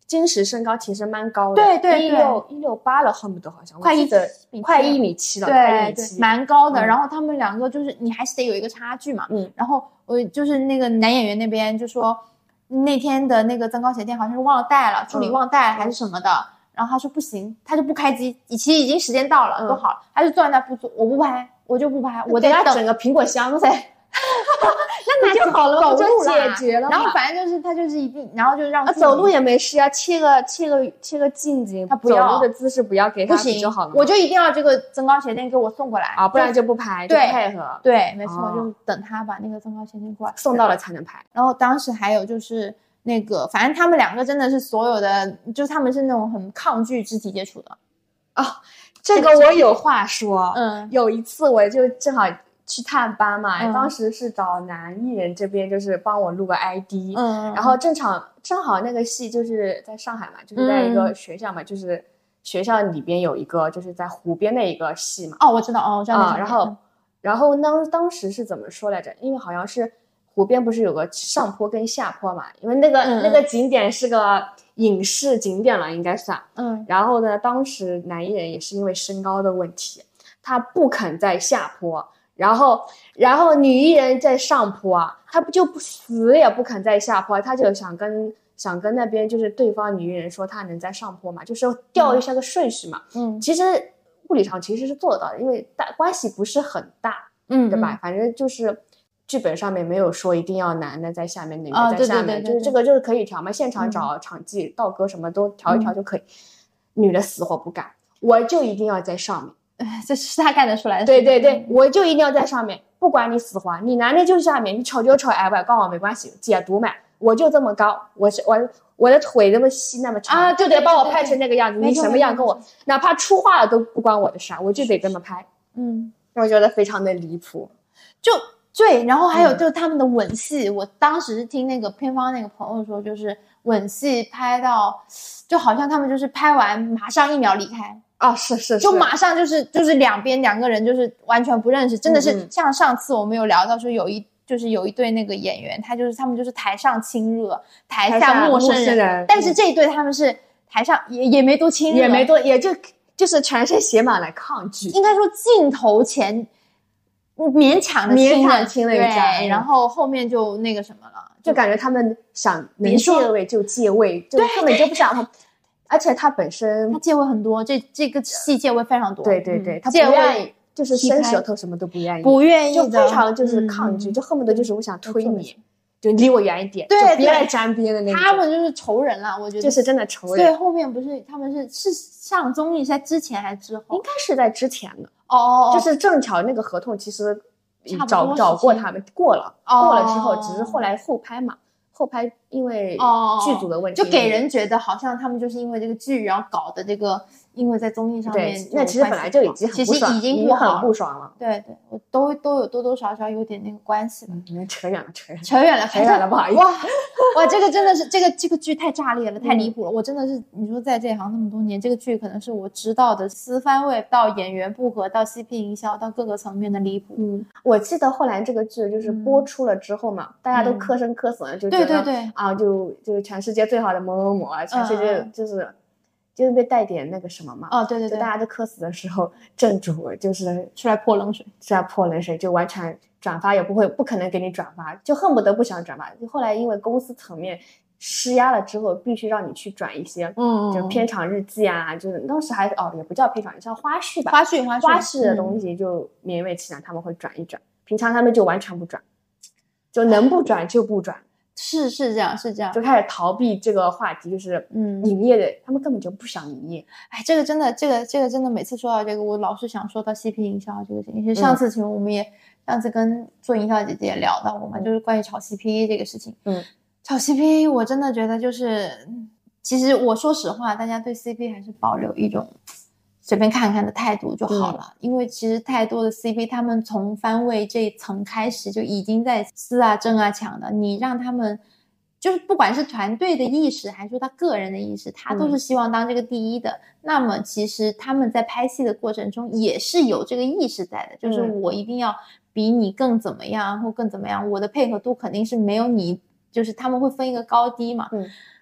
Speaker 3: 金石身高其实蛮高的，
Speaker 2: 对对对，
Speaker 3: 一六一六八了，恨不得好像
Speaker 2: 快一
Speaker 3: 快一米七了，
Speaker 2: 对
Speaker 3: 快一米七，
Speaker 2: 蛮高的、
Speaker 3: 嗯。
Speaker 2: 然后他们两个就是你还是得有一个差距嘛，
Speaker 3: 嗯。
Speaker 2: 然后我就是那个男演员那边就说那天的那个增高鞋垫好像是忘了带了，助理忘带还是什么的。嗯，然后他说不行，他就不开机，其实已经时间到了，嗯、都好了，他就坐在那不做，我不拍，我就不拍，我
Speaker 3: 得
Speaker 2: 等
Speaker 3: 整个苹果箱噻，
Speaker 2: 那那就好了，
Speaker 3: 走
Speaker 2: 路
Speaker 3: 解决了。
Speaker 2: 然后反正就是他就是一定，然后就让、
Speaker 3: 啊、走路也没事啊，切个切个切个近景，
Speaker 2: 他不要
Speaker 3: 走路的姿势不要给他
Speaker 2: 不行
Speaker 3: 就好了，
Speaker 2: 我就一定要这个增高鞋垫给我送过来
Speaker 3: 啊，不然就不拍，就配合。
Speaker 2: 对，没错、
Speaker 3: 哦，
Speaker 2: 就等他把那个增高鞋垫过来
Speaker 3: 送到了才能拍。
Speaker 2: 然后当时还有就是。那个，反正他们两个真的是所有的，就是他们是那种很抗拒肢体接触的
Speaker 3: 啊、哦。这个我有话说，
Speaker 2: 嗯，
Speaker 3: 有一次我就正好去探班嘛，
Speaker 2: 嗯、
Speaker 3: 当时是找男艺人这边就是帮我录个 I D，
Speaker 2: 嗯，
Speaker 3: 然后正常正好那个戏就是在上海嘛，就是在一个学校嘛，嗯、就是学校里边有一个就是在湖边的一个戏嘛。
Speaker 2: 哦，我知道，哦，我知道、
Speaker 3: 啊、然后然后当当时是怎么说来着？因为好像是。湖边不是有个上坡跟下坡嘛？因为那个、嗯、那个景点是个影视景点了，应该算。
Speaker 2: 嗯。
Speaker 3: 然后呢，当时男艺人也是因为身高的问题，他不肯在下坡，然后然后女艺人在上坡，他不就不死也不肯在下坡，他就想跟想跟那边就是对方女艺人说他能在上坡嘛，就是调一下个顺序嘛。
Speaker 2: 嗯。
Speaker 3: 其实物理上其实是做得到的，因为大关系不是很大，
Speaker 2: 嗯，
Speaker 3: 对吧？反正就是。剧本上面没有说一定要男的在下面，女的
Speaker 2: 啊
Speaker 3: 在下面，
Speaker 2: 对对对对对
Speaker 3: 就是这个就是可以调嘛，现场找场记、嗯、道哥什么都调一调就可以。嗯、女的死活不干，我就一定要在上面，
Speaker 2: 这是他干得出来的。
Speaker 3: 对对对，我就一定要在上面，不管你死活，你男的就下面，你丑就丑，矮不矮跟我没关系，解读嘛，我就这么高，我是我我的腿那么细那么长，
Speaker 2: 啊，
Speaker 3: 就得把我拍成那个样子，你什么样跟我，哪怕出画了都不关我的事，我就得这么拍。
Speaker 2: 嗯，
Speaker 3: 我觉得非常的离谱，
Speaker 2: 就。对，然后还有就是他们的吻戏，嗯、我当时是听那个片方那个朋友说，就是吻戏拍到，就好像他们就是拍完马上一秒离开
Speaker 3: 啊、哦，是是是，
Speaker 2: 就马上就是就是两边两个人就是完全不认识，真的是像上次我们有聊到说有一就是有一对那个演员，他就是他们就是台上亲热，台下陌生人，
Speaker 3: 生人
Speaker 2: 但是这一对他们是台上也也没多亲热，
Speaker 3: 也没多，也就就是全身血满来抗拒，
Speaker 2: 应该说镜头前。勉强的
Speaker 3: 勉强亲了一下，
Speaker 2: 对，然后后面就那个什么了，
Speaker 3: 就感觉他们想能借位就借位，就根本就不想他，而且他本身
Speaker 2: 他借位很多，这这个戏借位非常多，
Speaker 3: 对对对，
Speaker 2: 嗯、
Speaker 3: 他不愿意，就是伸舌头什么都不愿意，
Speaker 2: 不愿意
Speaker 3: 就非常就是抗拒，
Speaker 2: 嗯、
Speaker 3: 就恨不得就是我想推你，嗯、就离我远一点，
Speaker 2: 对，
Speaker 3: 别来沾边的那种。
Speaker 2: 他们就是仇人了，我觉得
Speaker 3: 就是真的仇人。
Speaker 2: 对，后面不是他们是是上综艺是在之前还是之后？
Speaker 3: 应该是在之前的
Speaker 2: 哦，
Speaker 3: 就是正巧那个合同其实。找找过他们过了、哦，过了之后，只是后来后拍嘛，后拍因为剧组的问题、
Speaker 2: 哦，就给人觉得好像他们就是因为这个剧，然后搞的这个，因为在综艺上面，
Speaker 3: 对，那其实本来就已经很
Speaker 2: 其实已经
Speaker 3: 不很不爽了，
Speaker 2: 对对，我都都有多多少少有点那个关系了。
Speaker 3: 嗯，扯远了，扯远了，
Speaker 2: 扯远了，
Speaker 3: 扯远了，不好意思。
Speaker 2: 哇哇，这个真的是这个这个剧太炸裂了，太离谱了。嗯、我真的是你说在这一行那么多年，这个剧可能是我知道的私番位到演员不合到 C P 营销到各个层面的离谱。
Speaker 3: 嗯，我记得后来这个剧就是播出了之后嘛，嗯、大家都磕碜磕死了，就觉得
Speaker 2: 对对对
Speaker 3: 啊，就就全世界最好的某某某啊，全世界就是。嗯就是被带点那个什么嘛，
Speaker 2: 哦，对对对，
Speaker 3: 大家都磕死的时候，正主就是
Speaker 2: 出来泼冷水，
Speaker 3: 出来泼冷水，就完全转发也不会，不可能给你转发，就恨不得不想转发。后来因为公司层面施压了之后，必须让你去转一些，
Speaker 2: 嗯，
Speaker 3: 就片场日记啊，就是当时还哦也不叫片场，叫花絮吧，
Speaker 2: 花絮花絮
Speaker 3: 花絮的东西就勉为其难，他们会转一转，平常他们就完全不转，就能不转就不转。
Speaker 2: 是是这样是这样，
Speaker 3: 就开始逃避这个话题，就是嗯，营业的、嗯、他们根本就不想营业。
Speaker 2: 哎，这个真的，这个这个真的，每次说到这个，我老是想说到 C P 营销这个事情。其实上次其实我们也、嗯、上次跟做营销姐姐也聊到过嘛、嗯，就是关于炒 C P 这个事情。
Speaker 3: 嗯，
Speaker 2: 炒 C P 我真的觉得就是，其实我说实话，大家对 C P 还是保留一种随便看看的态度就好了、嗯、因为其实太多的 C P 他们从番位这一层开始就已经在撕啊争啊抢的，你让他们就是不管是团队的意识还是说他个人的意识，他都是希望当这个第一的、嗯、那么其实他们在拍戏的过程中也是有这个意识在的，就是我一定要比你更怎么样或更怎么样，我的配合度肯定是没有你，就是他们会分一个高低嘛。
Speaker 3: 嗯，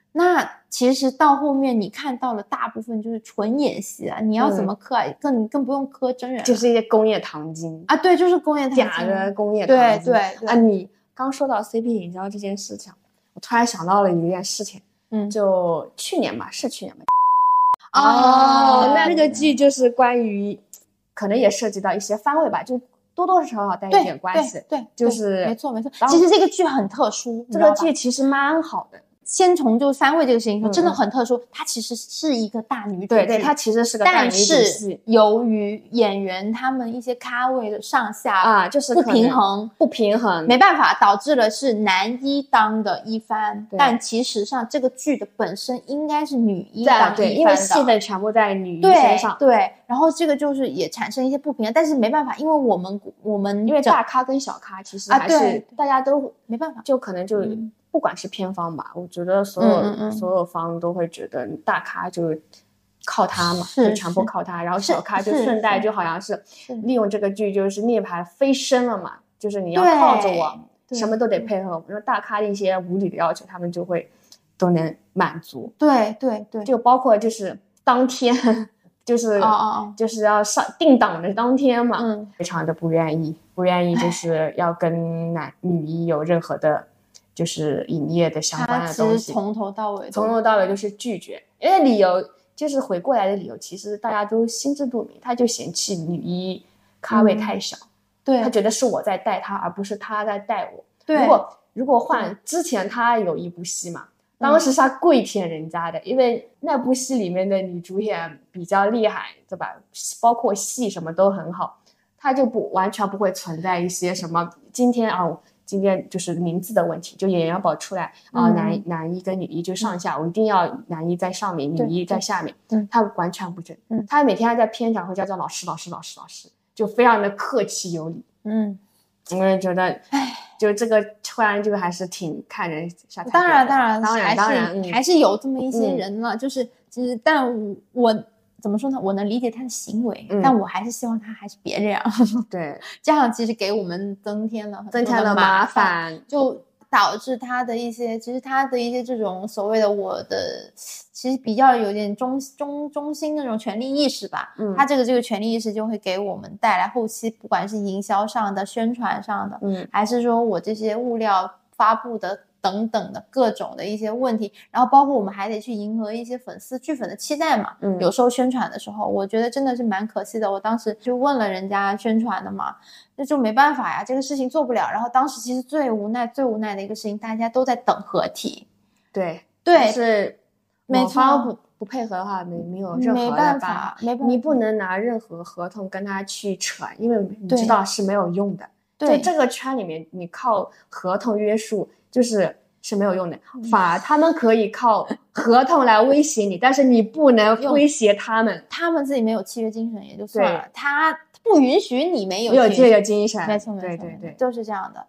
Speaker 2: 那其实到后面你看到了大部分就是纯演戏啊，你要怎么磕啊？嗯、更更不用磕真人、啊，
Speaker 3: 就是一些工业糖精
Speaker 2: 啊，对，就是工业糖精，
Speaker 3: 假的工业糖精。
Speaker 2: 对对对
Speaker 3: 啊，你刚说到 C P 营销这件事情，我突然想到了一件事情，
Speaker 2: 嗯，
Speaker 3: 就去年吧，是去年吧。
Speaker 2: 哦，
Speaker 3: 那那个剧就是关于，可能也涉及到一些番位吧，就多多少少带一点关系。
Speaker 2: 对，对
Speaker 3: 就是
Speaker 2: 没错没错。其实这个剧很特殊，
Speaker 3: 这个剧其实蛮好的。
Speaker 2: 先从就番位这个事情说，真的很特殊。它其实是一个大女主剧，
Speaker 3: 对对，它其实是个大女主戏。
Speaker 2: 但是由于演员他们一些咖位的上下
Speaker 3: 啊，就是
Speaker 2: 不平衡，
Speaker 3: 不平衡，
Speaker 2: 没办法，导致了是男一当的一番，但其实上这个剧的本身应该是女一当一番的，
Speaker 3: 对，因为戏份全部在女一身上。
Speaker 2: 对对，然后这个就是也产生一些不平衡，但是没办法，因为我们我们
Speaker 3: 因为大咖跟小咖其实还是大家都
Speaker 2: 没办法，
Speaker 3: 就可能就。嗯不管是偏方吧，我觉得所有、
Speaker 2: 嗯嗯、
Speaker 3: 所有方都会觉得大咖就靠他嘛，就全部靠他，然后小咖就顺带就好像是利用这个剧就是涅槃飞升了嘛，就是你要靠着我，什么都得配合我。然后大咖的一些无理的要求，他们就会都能满足。
Speaker 2: 对对对，
Speaker 3: 就包括就是当天就是、
Speaker 2: 哦哦、
Speaker 3: 就是要上定档的当天嘛，
Speaker 2: 嗯，
Speaker 3: 非常的不愿意，不愿意就是要跟男女一有任何的。就是影业的相关的东西，
Speaker 2: 从头到尾，
Speaker 3: 从头到尾都是拒绝，因为理由就是回过来的理由，其实大家都心知肚明，他就嫌弃女一咖位太小，
Speaker 2: 嗯、对
Speaker 3: 他觉得是我在带他，而不是他在带我。
Speaker 2: 对，
Speaker 3: 如果如果换之前他有一部戏嘛，当时是他跪舔人家的，嗯、因为那部戏里面的女主演比较厉害，对吧？包括戏什么都很好，他就不完全不会存在一些什么今天啊。今天就是名字的问题，就演员保出来啊、嗯呃，男男一跟女一就上下，嗯、我一定要男一在上面，女一在下面。
Speaker 2: 嗯，
Speaker 3: 他完全不准。
Speaker 2: 嗯，
Speaker 3: 他每天还在片场会叫叫老师、老师、老师、老师，就非常的客气有礼。
Speaker 2: 嗯，
Speaker 3: 我也觉得，唉，就这个突然就还是挺看人下台。
Speaker 2: 当然，当然，
Speaker 3: 当然，当然，
Speaker 2: 嗯、还是有这么一些人了。嗯、就是其实，但我。怎么说呢？我能理解他的行为，嗯、但我还是希望他还是别这样。
Speaker 3: 对，
Speaker 2: 这样其实给我们增添了很多
Speaker 3: 增添了麻烦，
Speaker 2: 就导致他的一些，其实他的一些这种所谓的我的，其实比较有点中中中心那种权利意识吧。
Speaker 3: 嗯，
Speaker 2: 他这个这个权利意识就会给我们带来后期不管是营销上的、宣传上的，
Speaker 3: 嗯，
Speaker 2: 还是说我这些物料发布的。等等的各种的一些问题，然后包括我们还得去迎合一些粉丝剧粉的期待嘛。
Speaker 3: 嗯，
Speaker 2: 有时候宣传的时候，我觉得真的是蛮可惜的。我当时就问了人家宣传的嘛，那就没办法呀，这个事情做不了。然后当时其实最无奈、最无奈的一个事情，大家都在等合体。
Speaker 3: 对
Speaker 2: 对，
Speaker 3: 是
Speaker 2: 某
Speaker 3: 方不不配合的话，没没有任何的
Speaker 2: 办法，没办法，
Speaker 3: 你不能拿任何合同跟他去扯，因为你知道是没有用的。对，就这个圈里面，你靠合同约束。就是是没有用的，反而他们可以靠合同来威胁你，但是你不能威胁他们，
Speaker 2: 他们自己没有契约精神也就算了，他不允许你没有
Speaker 3: 契约精神，
Speaker 2: 没错没错，
Speaker 3: 对对对，
Speaker 2: 就是这样的。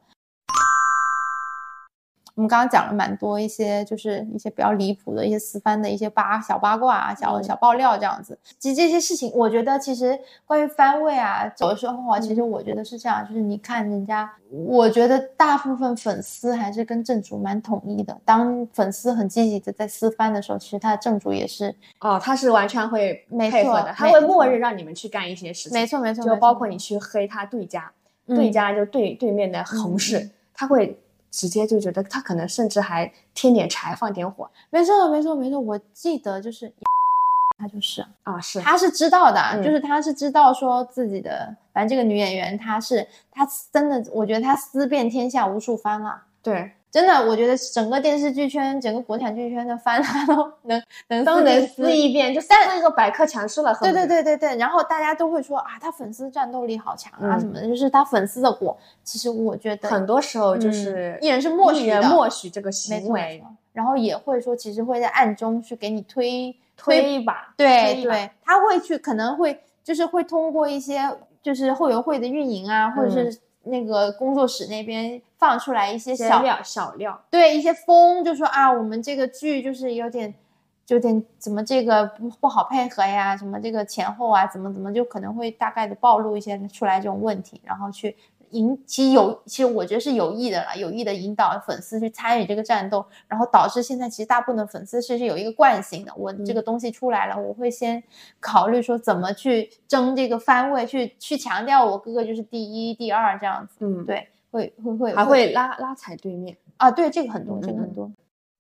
Speaker 2: 我们刚刚讲了蛮多一些，就是一些比较离谱的一些私番的一些八小八卦啊、小小爆料这样子。其实这些事情，我觉得其实关于番位啊，有的时候啊，其实我觉得是这样，就是你看人家，我觉得大部分粉丝还是跟正主蛮统一的。当粉丝很积极的在私番的时候，其实他的正主也是
Speaker 3: 哦，他是完全会配合的，他会默认让你们去干一些事情。
Speaker 2: 没错没错，
Speaker 3: 就包括你去黑他对家，
Speaker 2: 嗯、
Speaker 3: 对家就对对面的同事，嗯、他会。直接就觉得他可能甚至还添点柴放点火，
Speaker 2: 没错没错没错，我记得就是他就是
Speaker 3: 啊是
Speaker 2: 他是知道的、
Speaker 3: 嗯、
Speaker 2: 就是他是知道说自己的，反正这个女演员她是她真的，我觉得她思遍天下无数番了，
Speaker 3: 对，
Speaker 2: 真的我觉得整个电视剧圈整个国产剧圈的番她都能能
Speaker 3: 都能撕一遍，就撕一个百科全书了。
Speaker 2: 对对对对对，然后大家都会说啊，他粉丝战斗力好强啊、嗯、什么的，就是他粉丝的火。其实我觉得
Speaker 3: 很多时候就是
Speaker 2: 艺、嗯、人是默许的，
Speaker 3: 默许这个行为，
Speaker 2: 然后也会说，其实会在暗中去给你推
Speaker 3: 推一把，
Speaker 2: 对
Speaker 3: 推一把
Speaker 2: 对，他会去可能会就是会通过一些就是后援会的运营啊，或者是、嗯。那个工作室那边放出来一些小
Speaker 3: 料小料，
Speaker 2: 对一些风，就说啊，我们这个剧就是有点，有点怎么这个不不好配合呀，什么这个前后啊，怎么怎么就可能会大概的暴露一些出来这种问题，然后去引起有，其实我觉得是有意的啦，有意的引导粉丝去参与这个战斗，然后导致现在其实大部分的粉丝是有一个惯性的，我这个东西出来了，嗯、我会先考虑说怎么去争这个番位，去去强调我哥哥就是第一、第二这样子。嗯，对，会会会
Speaker 3: 还会拉拉踩对面
Speaker 2: 啊，对，这个很多，这个很多。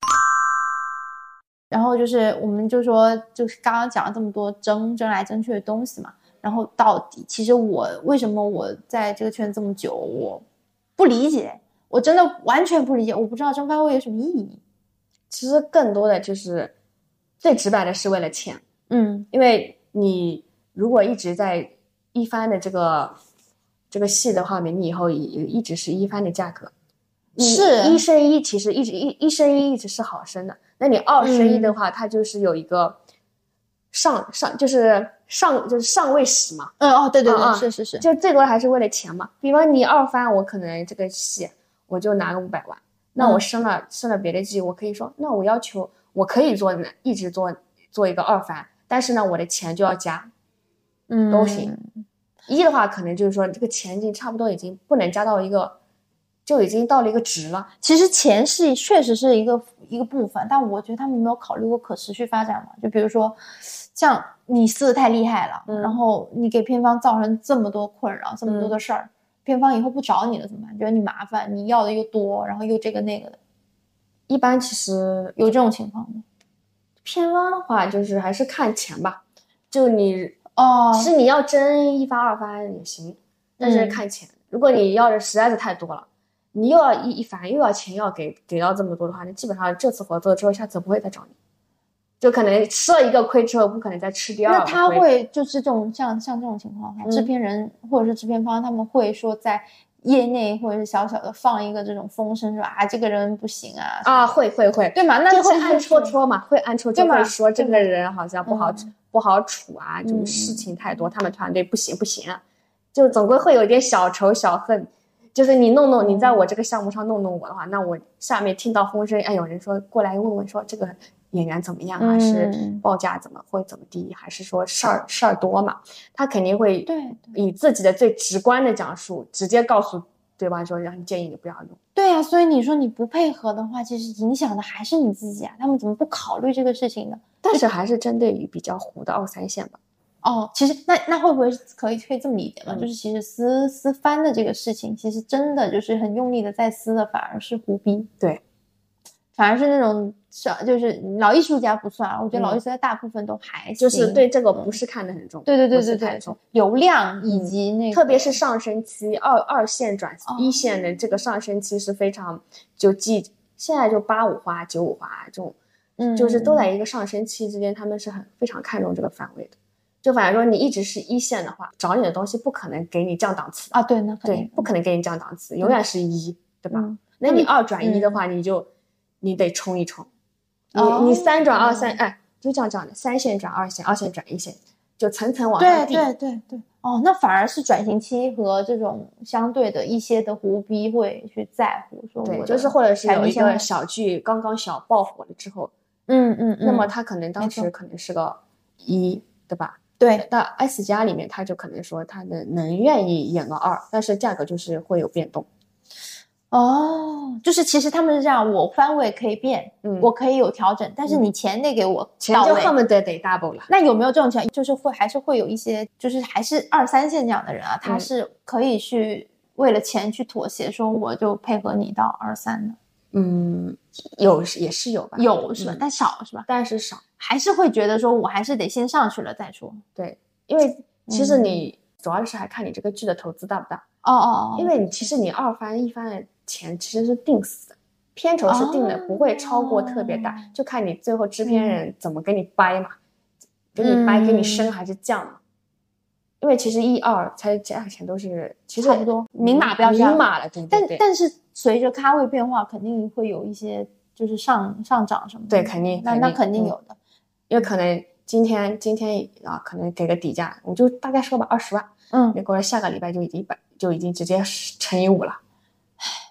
Speaker 2: 然后就是我们就说，就是刚刚讲了这么多争争来争去的东西嘛。然后到底，其实我为什么我在这个圈这么久，我不理解，我真的完全不理解，我不知道争番位有什么意义。
Speaker 3: 其实更多的就是最直白的是为了钱，
Speaker 2: 嗯，
Speaker 3: 因为你如果一直在一番的这个这个戏的话面，你以后一一直是一番的价格，
Speaker 2: 是
Speaker 3: 一升一，其实一直一一升一一直是好升的，那你二升一的话，嗯、它就是有一个上上就是上就是上位史嘛。
Speaker 2: 嗯哦，对对对，
Speaker 3: 啊、
Speaker 2: 是是是，
Speaker 3: 就最多还是为了钱嘛。比方你二番，我可能这个戏我就拿个五百万，那我升了、嗯、升了别的剧，我可以说，那我要求我可以做一直做做一个二番，但是呢，我的钱就要加，
Speaker 2: 嗯，
Speaker 3: 都行。一的话，可能就是说这个钱已经差不多已经不能加到一个。就已经到了一个值了。
Speaker 2: 其实钱是确实是一个一个部分，但我觉得他们没有考虑过可持续发展嘛。就比如说，像你撕的太厉害了、嗯，然后你给片方造成这么多困扰，这么多的事儿、嗯，片方以后不找你了怎么办？觉得你麻烦，你要的又多，然后又这个那个的。
Speaker 3: 一般其实
Speaker 2: 有这种情况吗？
Speaker 3: 片方的话，就是还是看钱吧。就你
Speaker 2: 哦，
Speaker 3: 其实你要争一番二番也行，但是看钱。嗯、如果你要的实在是太多了。你又要一一番又要钱要给给到这么多的话，那基本上这次合作之后，下次不会再找你，就可能吃了一个亏之后，不可能再吃第二个亏。
Speaker 2: 那他会就是这种像像这种情况的话、嗯，制片人或者是制片方他们会说在业内或者是小小的放一个这种风声说啊这个人不行啊
Speaker 3: 啊会会会
Speaker 2: 对嘛？那
Speaker 3: 就会暗戳戳嘛，会暗戳戳会说这个人好像不好、
Speaker 2: 嗯、
Speaker 3: 不好处啊，就是事情太多，嗯、他们团队不行不行啊，就总归会有点小仇小恨。就是你弄弄你在我这个项目上弄弄我的话、嗯、那我下面听到风声，哎有人说过来问问说这个演员怎么样、嗯、还是报价怎么会怎么低，还是说事儿事儿多嘛，他肯定会以自己的最直观的讲述直接告诉对吧，说让你建议你不要用。
Speaker 2: 对啊，所以你说你不配合的话，其实影响的还是你自己啊，他们怎么不考虑这个事情呢？
Speaker 3: 但是还是针对于比较糊的二三线吧。
Speaker 2: 哦，其实那那会不会可以可以这么理解吗、嗯？就是其实撕撕番的这个事情，其实真的就是很用力的在撕的，反而是胡逼。
Speaker 3: 对，
Speaker 2: 反而是那种小就是老艺术家不算，我觉得老艺术家大部分都还行、嗯、
Speaker 3: 就是对这个不是看得很重。
Speaker 2: 对对对对对，流量以及那个、
Speaker 3: 嗯、特别是上升期，二二线转一线的这个上升期是非常就记现在就八五花九五花这种，嗯，就是都在一个上升期之间，他们是很非常看重这个范围的。就反正说你一直是一线的话，找你的东西不可能给你降档次
Speaker 2: 啊，对，那肯定
Speaker 3: 对，不可能给你降档次，永远是一，对吧？嗯、那你二转一的话，嗯、你就你得冲一冲，
Speaker 2: 哦、
Speaker 3: 你你三转二三，哎，就这样讲的，三线转二线，二线转一线，就层层往上递。
Speaker 2: 对对对对，哦，那反而是转型期和这种相对的一些的胡逼会去在乎，说
Speaker 3: 对，就是或者是有一个小剧刚刚小爆火了之后，
Speaker 2: 嗯嗯嗯，
Speaker 3: 那么他可能当时可能是个一，对吧？
Speaker 2: 对，
Speaker 3: 到 S 加里面，他就可能说他的能愿意演个二，但是价格就是会有变动。
Speaker 2: 哦，就是其实他们是这样，我番位可以变，嗯，我可以有调整，但是你钱得给我到位，
Speaker 3: 钱就恨不得得 double 了。
Speaker 2: 那有没有这种情况？就是会还是会有一些，就是还是二三线这样的人啊，他是可以去为了钱去妥协，说我就配合你到二三的。
Speaker 3: 嗯，有也是有吧，
Speaker 2: 有是吧、嗯？但少是吧？
Speaker 3: 但是少，
Speaker 2: 还是会觉得说我还是得先上去了再说。
Speaker 3: 对，因为其实你、嗯、主要是还看你这个剧的投资大不大。
Speaker 2: 哦哦哦，
Speaker 3: 因为你其实你二番一番的钱其实是定死的，片酬是定的、哦，不会超过特别大，就看你最后制片人怎么给你掰嘛，嗯、给你掰给你升还是降嘛。因为其实一二它价钱都是其实
Speaker 2: 差不多明码标价，
Speaker 3: 明码了，对对对。
Speaker 2: 但但是随着咖位变化，肯定会有一些就是上上涨什么的。
Speaker 3: 对，肯定，
Speaker 2: 那那肯定有的、嗯，
Speaker 3: 因为可能今天今天啊，可能给个底价，我就大概说吧，二十万，
Speaker 2: 嗯，
Speaker 3: 结果下个礼拜就已经百就已经直接乘以五了。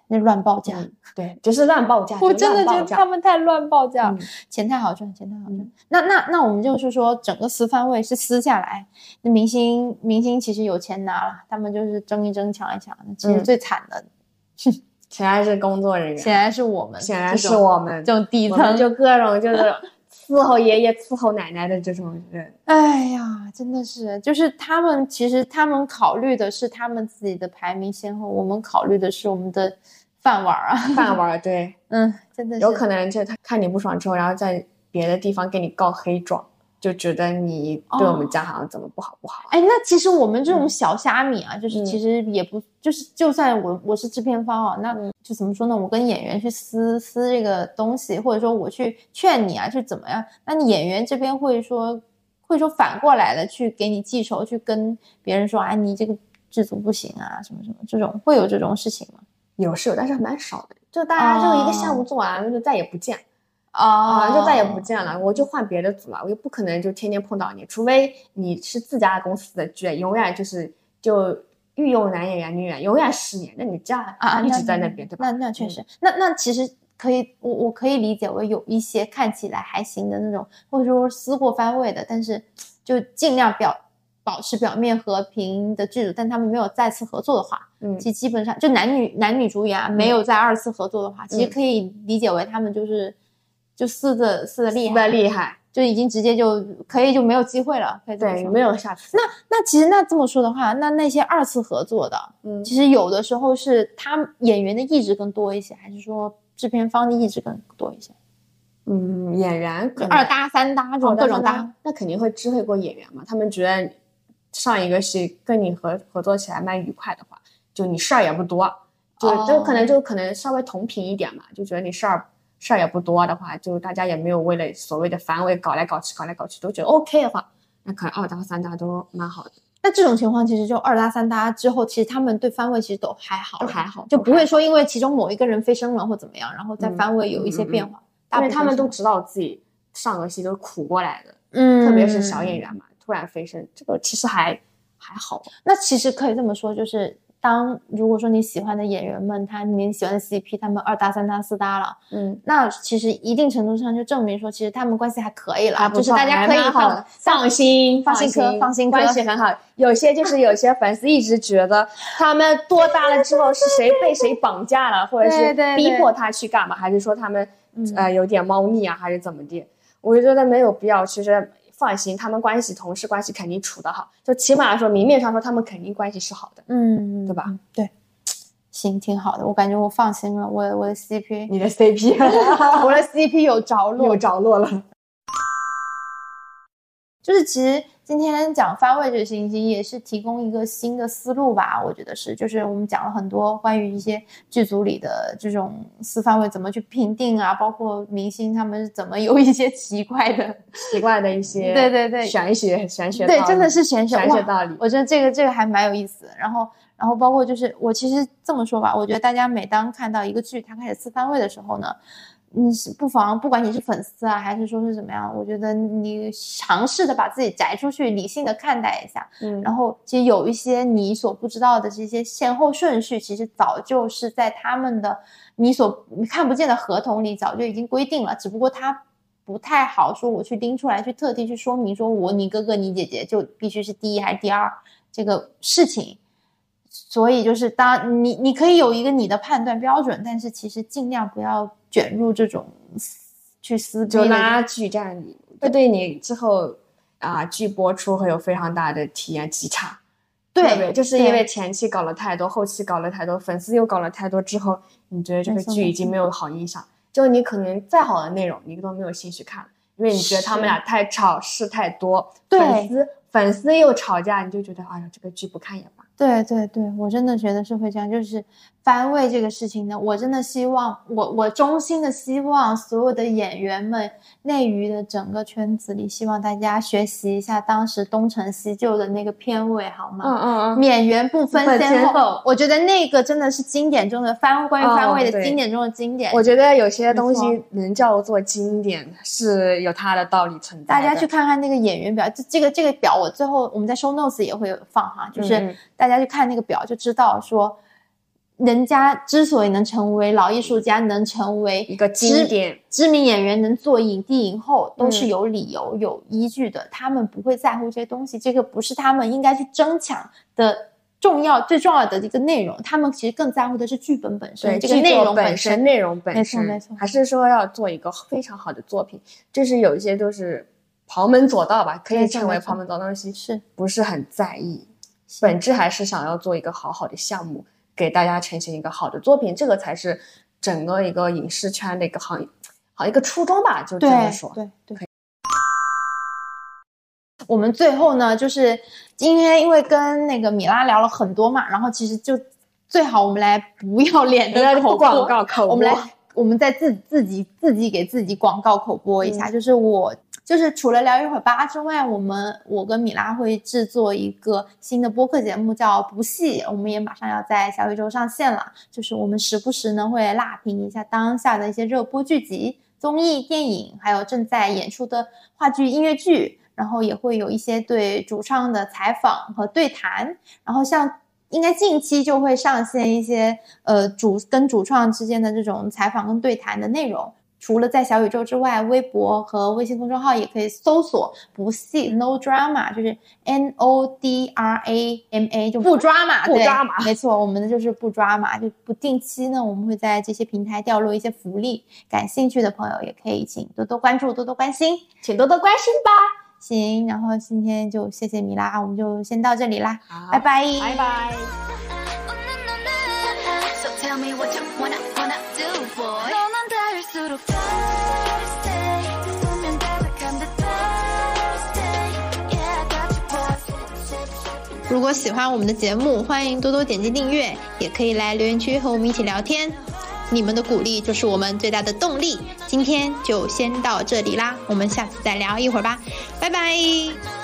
Speaker 2: 那乱报价、
Speaker 3: 嗯、对，就是乱报价。
Speaker 2: 我真的觉得他们太乱报价、嗯、钱太好赚，钱太好赚。嗯、那那那我们就是说，整个私番位是私下来，那明星明星其实有钱拿了，他们就是争一争，抢一抢。其实最惨的，
Speaker 3: 嗯、显然是工作人员，
Speaker 2: 显然是我们，
Speaker 3: 显然是我们
Speaker 2: 这种底层，
Speaker 3: 就各种就是。伺候爷爷伺候奶奶的这种人，
Speaker 2: 哎呀，真的是，就是他们其实他们考虑的是他们自己的排名先后，我们考虑的是我们的饭碗啊，
Speaker 3: 饭碗。对，
Speaker 2: 嗯，真的是
Speaker 3: 有可能就他看你不爽之后，然后在别的地方给你告黑状，就觉得你对我们家好像怎么不好不好、啊。
Speaker 2: 哎、哦，那其实我们这种小虾米啊，嗯、就是其实也不就是就算我我是制片方啊，那就怎么说呢？我跟演员去撕撕这个东西，或者说我去劝你啊，去怎么样？那你演员这边会说会说反过来的去给你记仇，去跟别人说，哎，你这个制作不行啊，什么什么，这种会有这种事情吗？
Speaker 3: 有是有，但是蛮少的，就大家就一个项目做完了、哦、就再也不见。
Speaker 2: 啊、
Speaker 3: 哦，就再也不见了，我就换别的组了，我又不可能就天天碰到你，除非你是自家公司的剧，永远就是就御用男演员、女演员，永远十年，那你这样啊一直在那边，
Speaker 2: 那
Speaker 3: 对吧？
Speaker 2: 那那确实，嗯、那那其实可以，我我可以理解为有一些看起来还行的那种，或者说撕过番位的，但是就尽量表保持表面和平的剧组，但他们没有再次合作的话，嗯，其实基本上就男女男女主演啊、嗯、没有再二次合作的话，其实可以理解为他们就是。就撕的撕的厉害，
Speaker 3: 撕的厉害，
Speaker 2: 就已经直接就可以就没有机会了，可以这么说。
Speaker 3: 对，没有下次。
Speaker 2: 那那其实那这么说的话，那那些二次合作的，嗯，其实有的时候是他演员的意志更多一些，还是说制片方的意志更多一些？
Speaker 3: 嗯，演员可能
Speaker 2: 二搭三搭这种各种搭，
Speaker 3: 那肯定会知会过演员嘛。他们觉得上一个戏跟你合合作起来蛮愉快的话，就你事儿也不多，就、哦、就可能就可能稍微同频一点嘛，就觉得你事儿。事儿也不多的话，就大家也没有为了所谓的番位搞来搞去搞来搞去都觉得 OK 的话，那可能二搭三搭都蛮好的。
Speaker 2: 那这种情况其实就二搭三搭之后，其实他们对番位其实都还好，
Speaker 3: 都还好，
Speaker 2: 就不会说因为其中某一个人飞升了或怎么样，然后在番位有一些变化。
Speaker 3: 因为他们都知道自己上个戏都是苦过来的，嗯，特别是小演员嘛，突然飞升，这个其实还还好。
Speaker 2: 那其实可以这么说，就是当如果说你喜欢的演员们，他你喜欢的 C P， 他们二搭三搭四搭了，嗯，那其实一定程度上就证明说，其实他们关系还可以了，啊、就是大家可以放
Speaker 3: 放心
Speaker 2: 放心科放心科，
Speaker 3: 关系很好。有些就是有些粉丝一直觉得他们多大了之后是谁被谁绑架了，或者是逼迫他去干嘛，还是说他们呃有点猫腻啊，还是怎么的？我就觉得没有必要，其实。放心，他们关系同事关系肯定处得好，就起码说明面上说他们肯定关系是好的，
Speaker 2: 嗯，
Speaker 3: 对吧？
Speaker 2: 嗯、对，行，挺好的，我感觉我放心了，我我的 C P，
Speaker 3: 你的 C P，
Speaker 2: 我的 C P 有着落，
Speaker 3: 有着落了。
Speaker 2: 就是其实今天讲番位这个信息也是提供一个新的思路吧，我觉得是，就是我们讲了很多关于一些剧组里的这种私番位怎么去评定啊，包括明星他们怎么有一些奇怪的
Speaker 3: 奇怪的一些
Speaker 2: 对对对
Speaker 3: 玄学玄学
Speaker 2: 对，真的是玄学
Speaker 3: 玄学道理。
Speaker 2: 我觉得这个这个还蛮有意思的。然后然后包括就是我其实这么说吧，我觉得大家每当看到一个剧它开始私番位的时候呢，你是不妨不管你是粉丝啊还是说是怎么样，我觉得你尝试的把自己摘出去，理性的看待一下，嗯，然后其实有一些你所不知道的这些先后顺序，其实早就是在他们的你所你看不见的合同里早就已经规定了，只不过他不太好说我去拎出来去特地去说明说我你哥哥你姐姐就必须是第一还是第二这个事情。所以就是当你你可以有一个你的判断标准，但是其实尽量不要卷入这种去撕逼，
Speaker 3: 就拉锯战，会对你之后啊剧播出会有非常大的体验极差。对对，就是因为前期搞了太多，后期搞了太多，粉丝又搞了太多之后，你觉得这个剧已经没有好印象，就你可能再好的内容你都没有兴趣看了，因为你觉得他们俩太吵事太多，粉丝粉丝又吵架，你就觉得哎呀这个剧不看也罢。
Speaker 2: 对对对，我真的觉得是会这样，就是番位这个事情呢，我真的希望我我衷心的希望所有的演员们，内娱的整个圈子里，希望大家学习一下当时东成西就的那个片尾好吗？嗯嗯嗯，免缘不分先后，我觉得那个真的是经典中的番关于番位的经典中的经典。
Speaker 3: 哦、我觉得有些东西能叫做经典是有它的道理存在的。
Speaker 2: 大家去看看那个演员表，这这个这个表我最后我们在 show notes 也会放哈，就是大家去看那个表就知道说人家之所以能成为老艺术家，能成为
Speaker 3: 一个经典
Speaker 2: 知名演员，能做影帝影后，都是有理由、嗯、有依据的。他们不会在乎这些东西，这个不是他们应该去争抢的重要最重要的一个内容。他们其实更在乎的是剧本本身，这个内容
Speaker 3: 本身，内容本身，
Speaker 2: 没错没错，
Speaker 3: 还是说要做一个非常好的作品。就是有一些都是旁门左道吧，可以称为旁门左道的东西，
Speaker 2: 是
Speaker 3: 不是很在意？本质还是想要做一个好好的项目，给大家呈现一个好的作品，这个才是整个一个影视圈的一个行业好一个初衷吧，就这么说。
Speaker 2: 对对对。我们最后呢，就是今天因为跟那个米拉聊了很多嘛，然后其实就最好我们来不要脸的口播，
Speaker 3: 广告口播，
Speaker 2: 我们来我们再自自己自己给自己广告口播一下，嗯、就是我。就是除了聊一会儿吧之外，我们我跟米拉会制作一个新的播客节目叫不戏，我们也马上要在小宇宙上线了。就是我们时不时呢会辣评一下当下的一些热播剧集、综艺、电影，还有正在演出的话剧、音乐剧，然后也会有一些对主唱的采访和对谈，然后像应该近期就会上线一些呃主跟主创之间的这种采访跟对谈的内容。除了在小宇宙之外，微博和微信公众号也可以搜索不戏 No Drama， 就是 N O D R A M A， 就不抓马，
Speaker 3: 不抓马，
Speaker 2: 没错，我们的就是不抓马。就不定期呢，我们会在这些平台掉落一些福利，感兴趣的朋友也可以请多多关注，多多关心，
Speaker 3: 请多多关心吧。
Speaker 2: 行，然后今天就谢谢米拉，我们就先到这里啦，拜拜，
Speaker 3: 拜拜。
Speaker 2: 如果喜欢我们的节目，欢迎多多点击订阅，也可以来留言区和我们一起聊天。你们的鼓励就是我们最大的动力。今天就先到这里啦，我们下次再聊一会儿吧，拜拜。